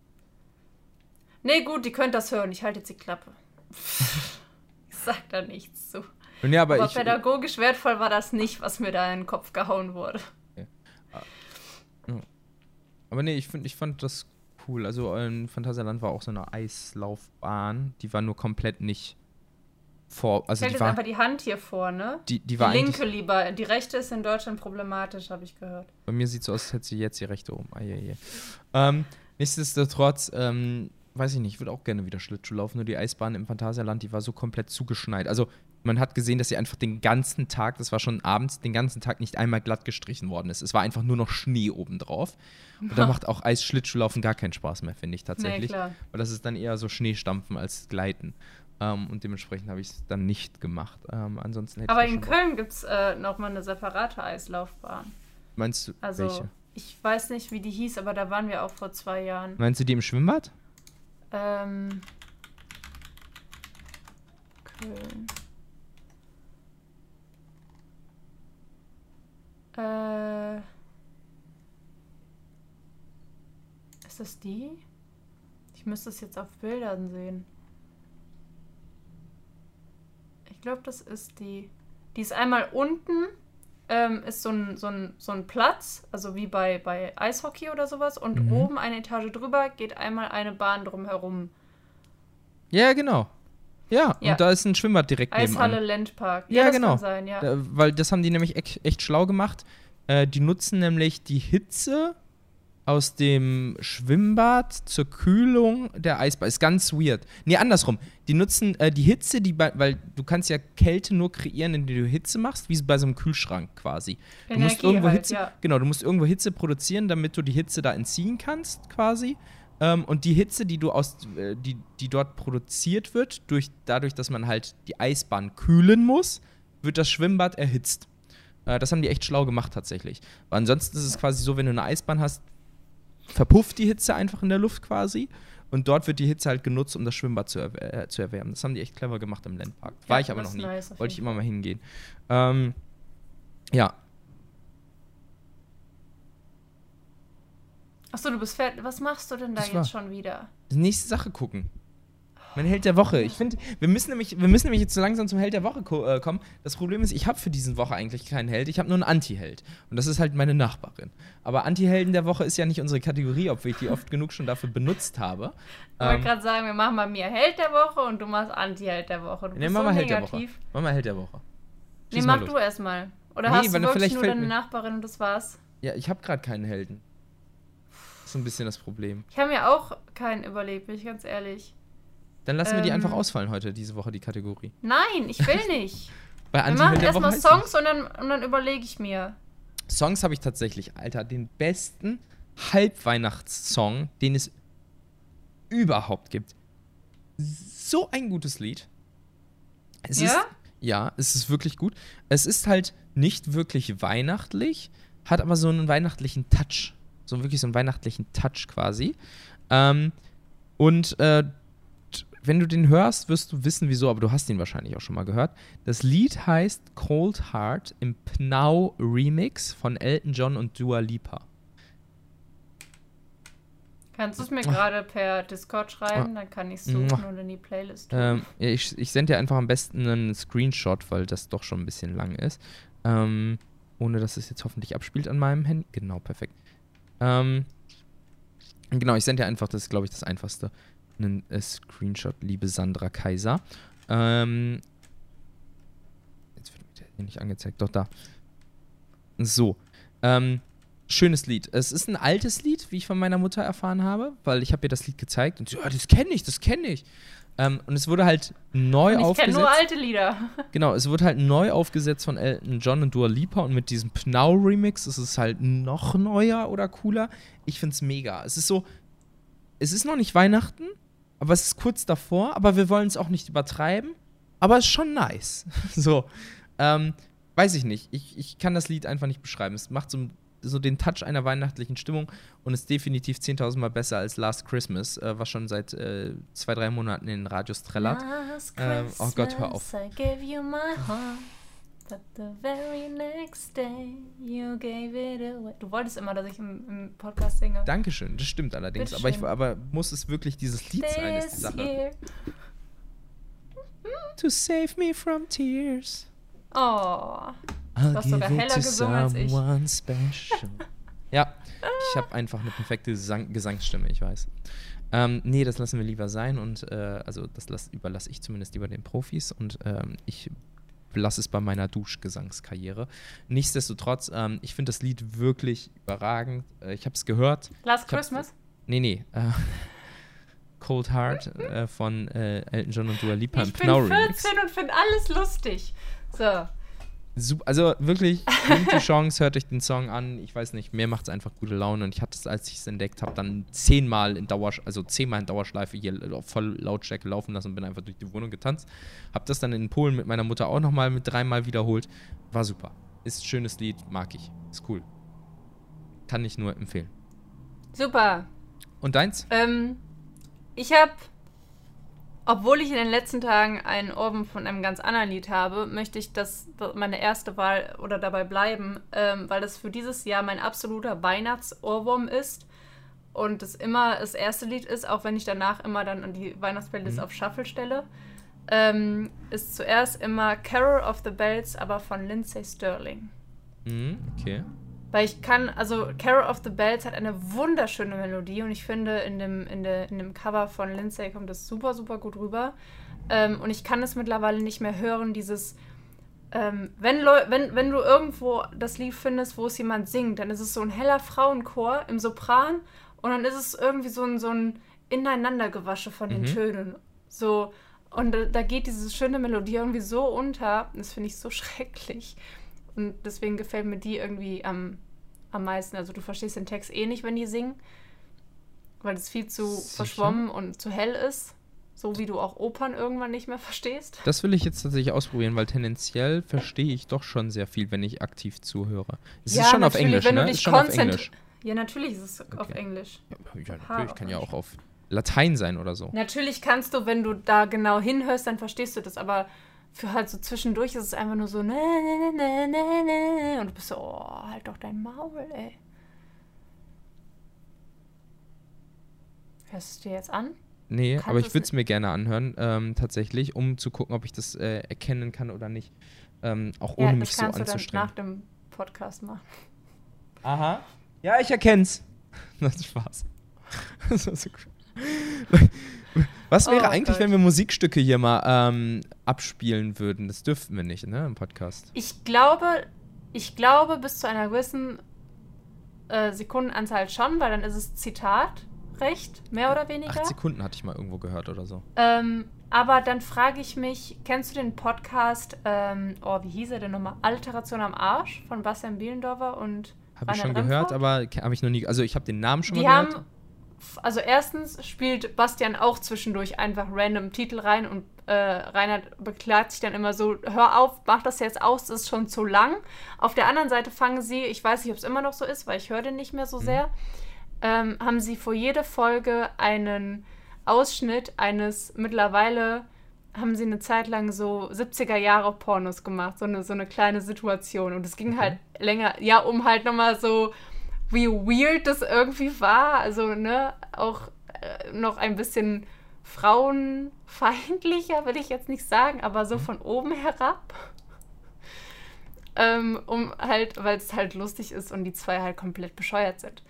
nee, gut, die könnt das hören. Ich halte jetzt die Klappe. Ich sag da nichts zu. Ja, aber pädagogisch wertvoll war das nicht, was mir da in den Kopf gehauen wurde. Okay. Aber nee, ich fand das cool. Also in Phantasialand war auch so eine Eislaufbahn. Die war nur komplett nicht vor. Also stellt jetzt einfach die Hand hier vor, ne? Die war linke lieber. Die rechte ist in Deutschland problematisch, habe ich gehört. Bei mir sieht es so aus, als hätte sie jetzt die rechte oben. Nichtsdestotrotz, weiß ich nicht, ich würde auch gerne wieder Schlittschuh laufen, nur die Eisbahn im Phantasialand, die war so komplett zugeschneit. Also man hat gesehen, dass sie einfach den ganzen Tag, das war schon abends, den ganzen Tag nicht einmal glatt gestrichen worden ist. Es war einfach nur noch Schnee obendrauf. Und da macht auch Eisschlittschuhlaufen gar keinen Spaß mehr, finde ich tatsächlich. Nee, klar. Weil das ist dann eher so Schneestampfen als Gleiten. Und dementsprechend habe ich es dann nicht gemacht. Ansonsten hätte Aber ich in Köln gibt es nochmal eine separate Eislaufbahn. Meinst du, Also, welche? ich weiß nicht, wie die hieß, aber da waren wir auch vor 2 Jahren. Meinst du die im Schwimmbad? Köln. Ist das die? Ich müsste es jetzt auf Bildern sehen. Ich glaube, das ist die. Die ist einmal unten, ist so ein Platz, also wie bei Eishockey oder sowas. Und oben eine Etage drüber geht einmal eine Bahn drumherum. Ja, genau. Ja, und da ist ein Schwimmbad direkt nebenan. Eishalle Landpark. Ja, das genau. Kann sein, ja. Weil das haben die nämlich echt schlau gemacht. Die nutzen nämlich die Hitze aus dem Schwimmbad zur Kühlung der Eisbahn. Ist ganz weird. Nee, andersrum. Die nutzen die Hitze, weil du kannst ja Kälte nur kreieren, indem du Hitze machst, wie bei so einem Kühlschrank quasi. Du musst irgendwo Hitze, genau, du musst irgendwo Hitze produzieren, damit du die Hitze da entziehen kannst, quasi. Und die Hitze, die dort produziert wird, dadurch, dass man halt die Eisbahn kühlen muss, wird das Schwimmbad erhitzt. Das haben die echt schlau gemacht tatsächlich. Weil ansonsten ist es quasi so, wenn du eine Eisbahn hast, verpufft die Hitze einfach in der Luft quasi. Und dort wird die Hitze halt genutzt, um das Schwimmbad zu erwärmen. Das haben die echt clever gemacht im Landpark. War ich aber noch nie. Nice, wollte ich immer mal hingehen. Ja. Achso, du bist fertig. Was machst du denn da jetzt schon wieder? Die nächste Sache gucken. Mein Held der Woche. Ich finde, wir müssen nämlich jetzt so langsam zum Held der Woche kommen. Das Problem ist, ich habe für diese Woche eigentlich keinen Held. Ich habe nur einen Anti-Held. Und das ist halt meine Nachbarin. Aber Anti-Helden der Woche ist ja nicht unsere Kategorie, obwohl ich die oft genug schon dafür benutzt habe. Ich wollte gerade sagen, wir machen bei mir Held der Woche und du machst Anti-Held der Woche. Du bist so negativ. Mach mal Held der Woche. Nee, mach du erstmal. Oder hast du wirklich nur deine Nachbarin und das war's? Ja, ich habe gerade keinen Helden. Das ist so ein bisschen das Problem. Ich habe mir auch keinen überlegt, bin ich ganz ehrlich. Dann lassen wir die einfach ausfallen heute, diese Woche, die Kategorie. Nein, ich will nicht. Wir machen erstmal Songs und dann überlege ich mir. Songs habe ich tatsächlich, Alter, den besten Halbweihnachtssong, den es überhaupt gibt. So ein gutes Lied. Es ist wirklich gut. Es ist halt nicht wirklich weihnachtlich, hat aber so einen weihnachtlichen Touch. Wirklich so einen weihnachtlichen Touch quasi. Wenn du den hörst, wirst du wissen, wieso, aber du hast ihn wahrscheinlich auch schon mal gehört. Das Lied heißt Cold Heart im Pnau Remix von Elton John und Dua Lipa. Kannst du es mir gerade per Discord schreiben? Dann kann ich es suchen und in die Playlist tun. Ich sende dir einfach am besten einen Screenshot, weil das doch schon ein bisschen lang ist. Ohne, dass es jetzt hoffentlich abspielt an meinem Handy. Genau, perfekt. Genau, ich sende dir einfach, das ist, glaube ich, das Einfachste. Einen Screenshot, liebe Sandra Kaiser. Jetzt wird mir der hier nicht angezeigt, doch da. So. Schönes Lied. Es ist ein altes Lied, wie ich von meiner Mutter erfahren habe, weil ich habe ihr das Lied gezeigt und sie, das kenne ich. Und es wurde halt neu aufgesetzt. Ich kenne nur alte Lieder. Genau, es wurde halt neu aufgesetzt von Elton John und Dua Lipa und mit diesem Pnau-Remix ist es halt noch neuer oder cooler. Ich find's mega. Es ist so, es ist noch nicht Weihnachten, aber es ist kurz davor, aber wir wollen es auch nicht übertreiben, aber es ist schon nice. So, weiß ich nicht. Ich kann das Lied einfach nicht beschreiben. Es macht so den Touch einer weihnachtlichen Stimmung und ist definitiv 10.000 Mal besser als Last Christmas, was schon seit 2-3 Monaten in den Radios trällert. Oh Gott, hör auf. I gave you my heart, but the very next day you gave it away. Du wolltest immer, dass ich im Podcast singe. Dankeschön, das stimmt allerdings. Aber muss es wirklich dieses Lied sein, ist die Sache. To save me from tears. Oh. Du hast sogar heller gesungen als ich. Ja, ich habe einfach eine perfekte Gesangsstimme, ich weiß. Nee, das lassen wir lieber sein und also das überlasse ich zumindest lieber den Profis und ich lasse es bei meiner Duschgesangskarriere. Nichtsdestotrotz, ich finde das Lied wirklich überragend. Ich habe es gehört. Last Christmas? Nee. Cold Heart von Elton John und Dua Lipa im Pnau Remix. Ich bin 14 und finde alles lustig. So. Super, also wirklich, nehmt die Chance, hört euch den Song an. Ich weiß nicht, mir macht es einfach gute Laune. Und ich hatte es, als ich es entdeckt habe, dann 10-mal in Dauerschleife hier auf voll Lautstärke laufen lassen und bin einfach durch die Wohnung getanzt. Hab das dann in Polen mit meiner Mutter auch nochmal mit 3-mal wiederholt. War super. Ist ein schönes Lied, mag ich. Ist cool. Kann ich nur empfehlen. Super. Und deins? Ich habe, obwohl ich in den letzten Tagen einen Ohrwurm von einem ganz anderen Lied habe, möchte ich das meine erste Wahl oder dabei bleiben, weil das für dieses Jahr mein absoluter Weihnachtsohrwurm ist und es immer das erste Lied ist, auch wenn ich danach immer dann an die Weihnachtsplaylist auf Shuffle stelle. Ist zuerst immer Carol of the Bells, aber von Lindsey Stirling. Okay. Weil Carol of the Bells hat eine wunderschöne Melodie und ich finde, in dem Cover von Lindsay kommt das super, super gut rüber. Und ich kann es mittlerweile nicht mehr hören, dieses, wenn du irgendwo das Lied findest, wo es jemand singt, dann ist es so ein heller Frauenchor im Sopran und dann ist es irgendwie so ein Ineinandergewasche von den Tönen. So, und da geht diese schöne Melodie irgendwie so unter, das finde ich so schrecklich. Und deswegen gefällt mir die irgendwie am meisten. Also du verstehst den Text eh nicht, wenn die singen, weil es viel zu verschwommen und zu hell ist. So wie du auch Opern irgendwann nicht mehr verstehst. Das will ich jetzt tatsächlich ausprobieren, weil tendenziell verstehe ich doch schon sehr viel, wenn ich aktiv zuhöre. Es ist schon auf Englisch, wenn ne? Du dich ist schon auf Englisch. Ja, natürlich ist es auf Englisch. Ja, natürlich. Kann ja auch auf Latein sein oder so. Natürlich kannst du, wenn du da genau hinhörst, dann verstehst du das, aber für halt so zwischendurch ist es einfach nur so und du bist so, oh, halt doch dein Maul, ey. Hörst du es dir jetzt an? Nee, aber ich würde es mir gerne anhören, tatsächlich, um zu gucken, ob ich das erkennen kann oder nicht. Auch ohne mich so anzustrengen. Das kannst du dann nach dem Podcast machen. Aha. Ja, ich erkenn's. Das ist Spaß. Das war so cool. Was wäre eigentlich, wenn wir Musikstücke hier mal abspielen würden? Das dürften wir nicht, ne, im Podcast. Ich glaube, bis zu einer gewissen Sekundenanzahl schon, weil dann ist es Zitatrecht, mehr oder weniger. 8 Sekunden hatte ich mal irgendwo gehört oder so. Aber dann frage ich mich, kennst du den Podcast, wie hieß er denn nochmal? Alliteration am Arsch von Bastian Bielendorfer und Habe ich schon gehört, aber habe ich noch nie, also ich habe den Namen schon mal gehört. Also erstens spielt Bastian auch zwischendurch einfach random Titel rein und Reinhard beklagt sich dann immer so, hör auf, mach das jetzt aus, das ist schon zu lang. Auf der anderen Seite fangen sie, ich weiß nicht, ob es immer noch so ist, weil ich höre den nicht mehr so sehr, haben sie vor jeder Folge einen Ausschnitt eines, mittlerweile haben sie eine Zeit lang so 70er-Jahre-Pornos gemacht, so eine kleine Situation. Und es ging halt länger, ja, um halt nochmal so, wie weird das irgendwie war. Also, ne, auch noch ein bisschen frauenfeindlicher, will ich jetzt nicht sagen, aber so von oben herab. Um halt, weil es halt lustig ist und die zwei halt komplett bescheuert sind.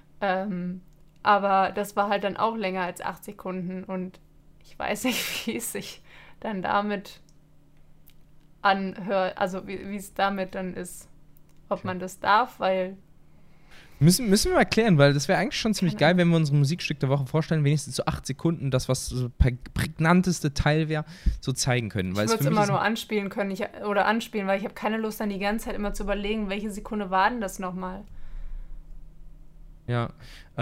Aber das war halt dann auch länger als 8 Sekunden und ich weiß nicht, wie es sich dann damit anhört, also wie es damit dann ist, ob man das darf, weil Müssen wir mal klären, weil das wäre eigentlich schon ziemlich geil, wenn wir unsere Musikstück der Woche vorstellen, wenigstens so 8 Sekunden, das, was so prägnanteste Teil wäre, so zeigen können. Ich würde es immer nur anspielen können, weil ich habe keine Lust, dann die ganze Zeit immer zu überlegen, welche Sekunde war denn das nochmal? Ja,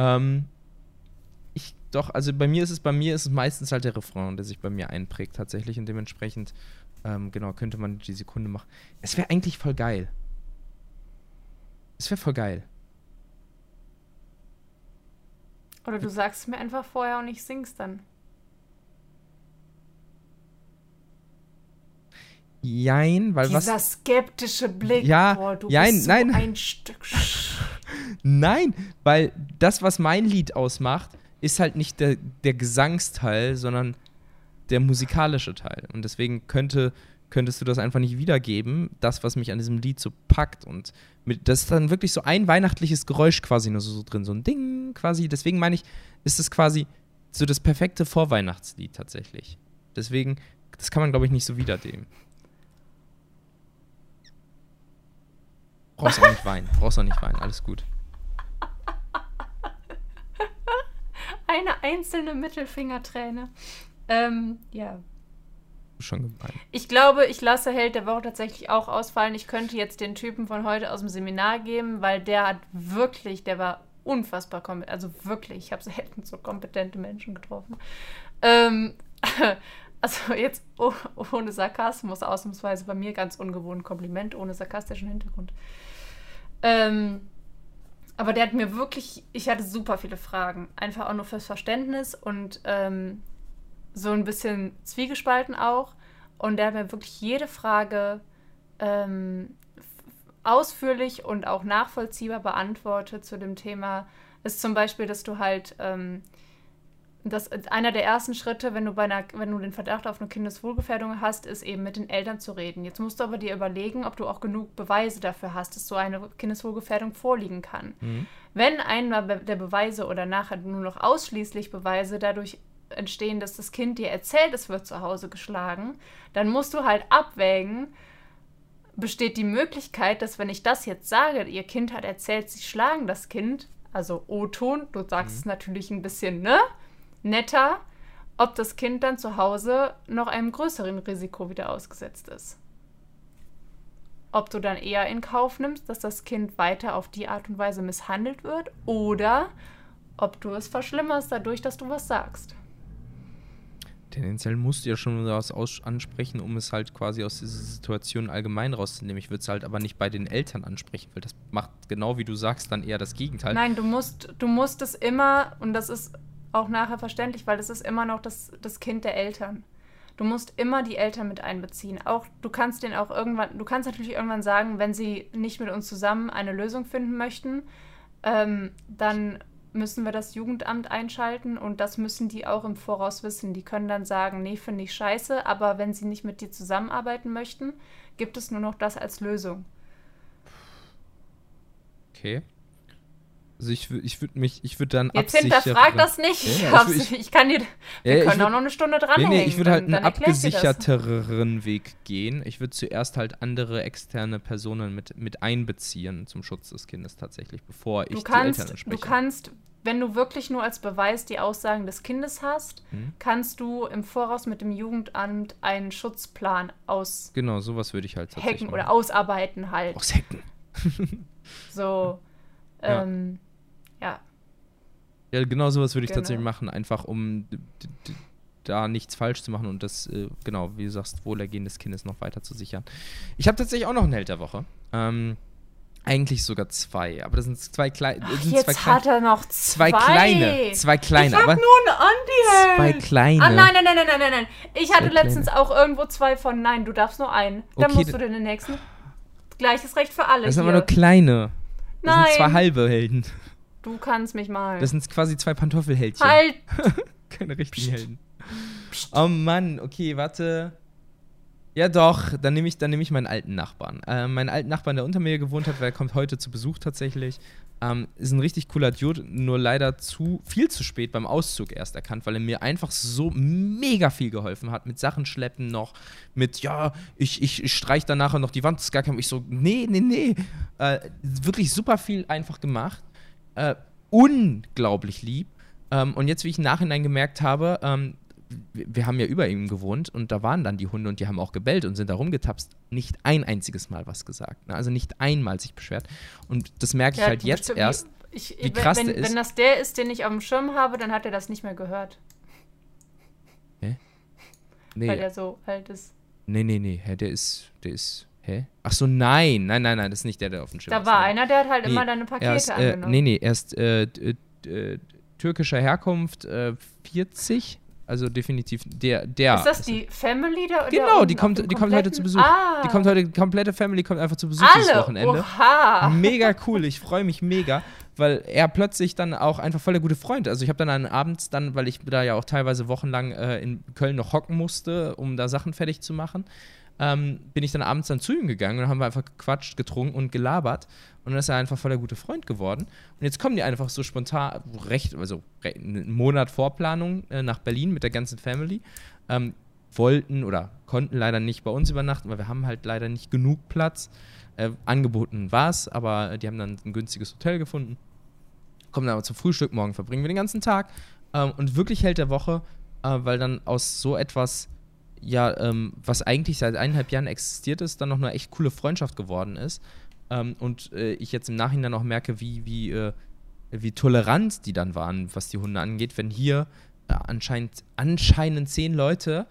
also bei mir ist es meistens halt der Refrain, der sich bei mir einprägt tatsächlich und dementsprechend, könnte man die Sekunde machen. Es wäre eigentlich voll geil. Es wäre voll geil. Oder du sagst es mir einfach vorher und ich sing's dann. Jein, weil Dieser skeptische Blick. Ja, boah, du jein, bist so nein. ein Stück. Nein, weil das, was mein Lied ausmacht, ist halt nicht der Gesangsteil, sondern der musikalische Teil. Und deswegen könntest du das einfach nicht wiedergeben, das, was mich an diesem Lied so packt. Und das ist dann wirklich so ein weihnachtliches Geräusch quasi nur so drin, so ein Ding quasi. Deswegen meine ich, ist es quasi so das perfekte Vorweihnachtslied tatsächlich. Deswegen, das kann man, glaube ich, nicht so wiedergeben. Brauchst auch nicht weinen, alles gut. Eine einzelne Mittelfingerträne. Ja. Schon gemein. Ich glaube, ich lasse Held der Woche tatsächlich auch ausfallen. Ich könnte jetzt den Typen von heute aus dem Seminar geben, weil der war unfassbar kompetent. Also wirklich, ich habe selten so kompetente Menschen getroffen. Also jetzt ohne Sarkasmus, ausnahmsweise bei mir ganz ungewohnt Kompliment, ohne sarkastischen Hintergrund. Aber der hat mir wirklich, ich hatte super viele Fragen, einfach auch nur fürs Verständnis und so ein bisschen zwiegespalten auch. Und der hat mir wirklich jede Frage ausführlich und auch nachvollziehbar beantwortet zu dem Thema. Ist zum Beispiel, dass du halt einer der ersten Schritte, wenn du den Verdacht auf eine Kindeswohlgefährdung hast, ist eben mit den Eltern zu reden. Jetzt musst du aber dir überlegen, ob du auch genug Beweise dafür hast, dass so eine Kindeswohlgefährdung vorliegen kann. Mhm. Wenn einmal der Beweise oder nachher nur noch ausschließlich Beweise dadurch entstehen, dass das Kind dir erzählt, es wird zu Hause geschlagen, dann musst du halt abwägen, besteht die Möglichkeit, dass wenn ich das jetzt sage, ihr Kind hat erzählt, sie schlagen das Kind, also O-Ton, du sagst es natürlich ein bisschen, ne? Netter, ob das Kind dann zu Hause noch einem größeren Risiko wieder ausgesetzt ist. Ob du dann eher in Kauf nimmst, dass das Kind weiter auf die Art und Weise misshandelt wird oder ob du es verschlimmerst dadurch, dass du was sagst. Tendenziell musst du ja schon was ansprechen, um es halt quasi aus dieser Situation allgemein rauszunehmen. Ich würde es halt aber nicht bei den Eltern ansprechen, weil das macht, genau wie du sagst, dann eher das Gegenteil. Nein, du musst es immer, und das ist auch nachher verständlich, weil es ist immer noch das Kind der Eltern. Du musst immer die Eltern mit einbeziehen. Auch du kannst natürlich irgendwann sagen, wenn sie nicht mit uns zusammen eine Lösung finden möchten, dann müssen wir das Jugendamt einschalten und das müssen die auch im Voraus wissen. Die können dann sagen, nee, finde ich scheiße, aber wenn sie nicht mit dir zusammenarbeiten möchten, gibt es nur noch das als Lösung. Okay. Also ich würde dann jetzt hinterfrag das nicht. Wir können auch noch eine Stunde dranhängen. Nee, ich würde halt einen abgesicherteren Weg gehen. Ich würde zuerst halt andere externe Personen mit einbeziehen zum Schutz des Kindes tatsächlich, bevor ich die Eltern anspreche. Du kannst, wenn du wirklich nur als Beweis die Aussagen des Kindes hast, kannst du im Voraus mit dem Jugendamt einen Schutzplan Genau, sowas würde ich halt tatsächlich hacken oder ausarbeiten halt. Aushacken. So, ja. Ja, genau sowas würde ich tatsächlich machen, einfach um da nichts falsch zu machen und das, genau, wie du sagst, Wohlergehen des Kindes noch weiter zu sichern. Ich habe tatsächlich auch noch einen Held der Woche. Eigentlich sogar zwei, aber das sind zwei kleine. Hat er noch zwei kleine. Ich hab nur einen Andi-Held. Zwei kleine. Ah, nein. Ich hatte letztens auch irgendwo zwei von, nein, du darfst nur einen. Dann musst du den nächsten. Gleiches Recht für alle. Das sind aber nur kleine. Das Nein. sind zwei halbe Helden. Du kannst mich mal. Das sind quasi zwei Pantoffelheldchen. Halt! Keine richtigen Helden. Oh Mann, okay, warte. Ja doch, dann nehme ich meinen alten Nachbarn. Meinen alten Nachbarn, der unter mir gewohnt hat, weil er kommt heute zu Besuch tatsächlich. Ist ein richtig cooler Dude, nur leider viel zu spät beim Auszug erst erkannt, weil er mir einfach so mega viel geholfen hat. Mit Sachen schleppen noch, mit, ja, ich streich dann nachher noch die Wand, das ist gar kein... Ich so, nee. Wirklich super viel einfach gemacht. Unglaublich lieb. Und jetzt, wie ich im Nachhinein gemerkt habe, wir haben ja über ihm gewohnt und da waren dann die Hunde und die haben auch gebellt und sind da rumgetapst. Nicht ein einziges Mal was gesagt. Ne? Also nicht einmal sich beschwert. Und das merke ich halt jetzt erst, wie krass der ist. Wenn das der ist, den ich auf dem Schirm habe, dann hat er das nicht mehr gehört. Hä? Nee. Weil der so alt ist. Nee. Hä, der ist... Hä? Ach so, nein, das ist nicht der auf dem Schirm ist. Da war einer, der hat halt immer deine Pakete angenommen. Er ist türkischer Herkunft, 40, also definitiv der. Ist das die Family da? Genau, die kommt heute zu Besuch. Die komplette Family kommt einfach zu Besuch dieses Wochenende. Oha. Mega cool, ich freue mich mega, weil er plötzlich dann auch einfach voll der gute Freund. Also ich habe dann abends, weil ich da ja auch teilweise wochenlang in Köln noch hocken musste, um da Sachen fertig zu machen, bin ich dann abends dann zu ihm gegangen und haben wir einfach gequatscht, getrunken und gelabert. Und dann ist er einfach voll der gute Freund geworden. Und jetzt kommen die einfach so spontan, einen Monat Vorplanung nach Berlin mit der ganzen Family. Wollten oder konnten leider nicht bei uns übernachten, weil wir haben halt leider nicht genug Platz. Angeboten war es, aber die haben dann ein günstiges Hotel gefunden. Kommen dann aber zum Frühstück, morgen verbringen wir den ganzen Tag. Und wirklich Held der Woche, weil dann aus so etwas was eigentlich seit 1,5 Jahren existiert ist, dann noch eine echt coole Freundschaft geworden ist. Und ich jetzt im Nachhinein auch merke, wie tolerant die dann waren, was die Hunde angeht, wenn hier anscheinend 10 Leute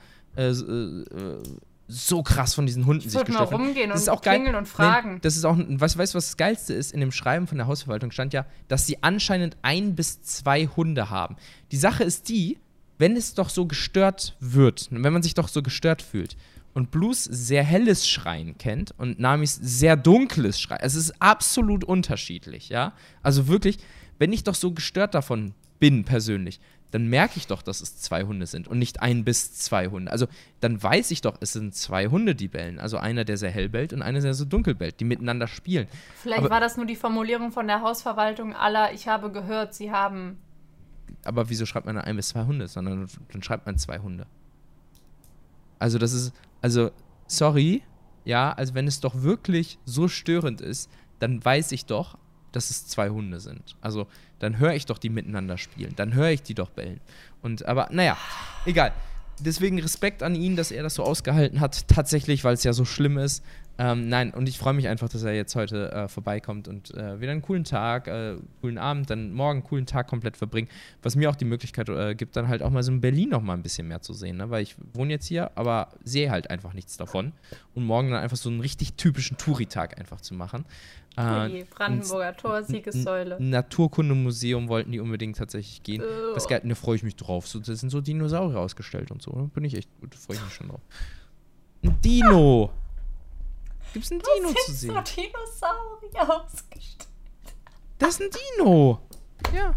so krass von diesen Hunden sich gestört haben. Rumgehen das und ist auch klingeln und fragen. Nee, das ist auch, weißt du, was das Geilste ist? In dem Schreiben von der Hausverwaltung stand ja, dass sie anscheinend 1 bis 2 Hunde haben. Die Sache ist die, wenn es doch so gestört wird, wenn man sich doch so gestört fühlt und Blues sehr helles Schreien kennt und Namis sehr dunkles Schreien, es ist absolut unterschiedlich, ja? Also wirklich, wenn ich doch so gestört davon bin persönlich, dann merke ich doch, dass es 2 Hunde sind und nicht 1 bis 2 Hunde. Also dann weiß ich doch, es sind 2 Hunde, die bellen. Also einer, der sehr hell bellt und einer, der so dunkel bellt, die miteinander spielen. Vielleicht war das nur die Formulierung von der Hausverwaltung aller, ich habe gehört, sie haben... Aber wieso schreibt man 1 bis 2 Hunde, sondern dann schreibt man 2 Hunde. Also das ist, sorry, ja, also wenn es doch wirklich so störend ist, dann weiß ich doch, dass es 2 Hunde sind. Also dann höre ich doch die miteinander spielen. Dann höre ich die doch bellen. Aber naja, egal. Deswegen Respekt an ihn, dass er das so ausgehalten hat. Tatsächlich, weil es ja so schlimm ist. Nein, und ich freue mich einfach, dass er jetzt heute vorbeikommt und wieder einen coolen Tag, coolen Abend, dann morgen einen coolen Tag komplett verbringen. Was mir auch die Möglichkeit gibt, dann halt auch mal so in Berlin noch mal ein bisschen mehr zu sehen. Ne? Weil ich wohne jetzt hier, aber sehe halt einfach nichts davon. Und morgen dann einfach so einen richtig typischen Touri-Tag einfach zu machen. Brandenburger Tor, Siegessäule. Ein Naturkundemuseum wollten die unbedingt tatsächlich gehen. Das Geld, da freue ich mich drauf. So, das sind so Dinosaurier ausgestellt und so. Da bin ich echt gut, da freue ich mich schon drauf. Ein Dino! Gibt's ein Dino zu sehen? So Dinosaurier ausgestellt. Das ist ein Dino! Ja.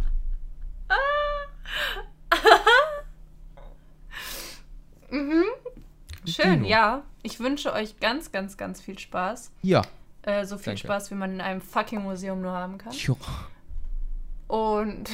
Mhm. Schön, Dino. ja. Ich wünsche euch ganz, ganz, ganz viel Spaß. Ja. So viel Danke. Spaß, wie man in einem fucking Museum nur haben kann. Jo. Und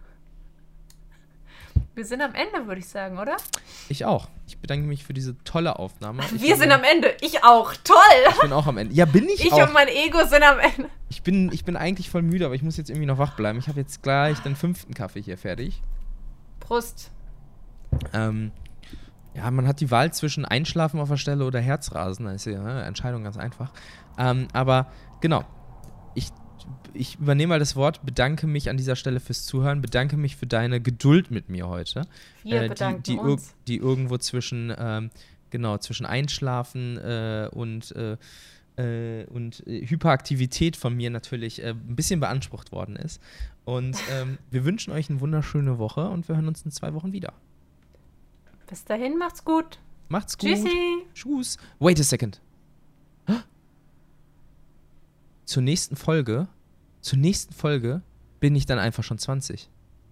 wir sind am Ende, würde ich sagen, oder? Ich auch. Ich bedanke mich für diese tolle Aufnahme. Wir sind am Ende. Ich auch. Toll. Ich bin auch am Ende. Ja, bin ich Ich auch. und mein Ego sind am Ende. Ich bin eigentlich voll müde, aber ich muss jetzt irgendwie noch wach bleiben. Ich habe jetzt gleich den 5. Kaffee hier fertig. Prost. Ja, man hat die Wahl zwischen Einschlafen auf der Stelle oder Herzrasen. Da ist ja eine Entscheidung ganz einfach. Aber genau, ich übernehme mal das Wort, bedanke mich an dieser Stelle fürs Zuhören, bedanke mich für deine Geduld mit mir heute. Wir bedanken uns. Die irgendwo zwischen Einschlafen und Hyperaktivität von mir natürlich ein bisschen beansprucht worden ist. Und wir wünschen euch eine wunderschöne Woche und wir hören uns in 2 Wochen wieder. Bis dahin, macht's gut. Macht's gut. Tschüssi. Tschüss. Wait a second. Zur nächsten Folge bin ich dann einfach schon 20.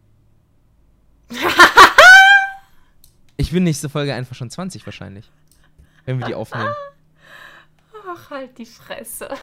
Ich bin nächste Folge einfach schon 20 wahrscheinlich. Wenn wir die aufnehmen. Ach, halt die Fresse.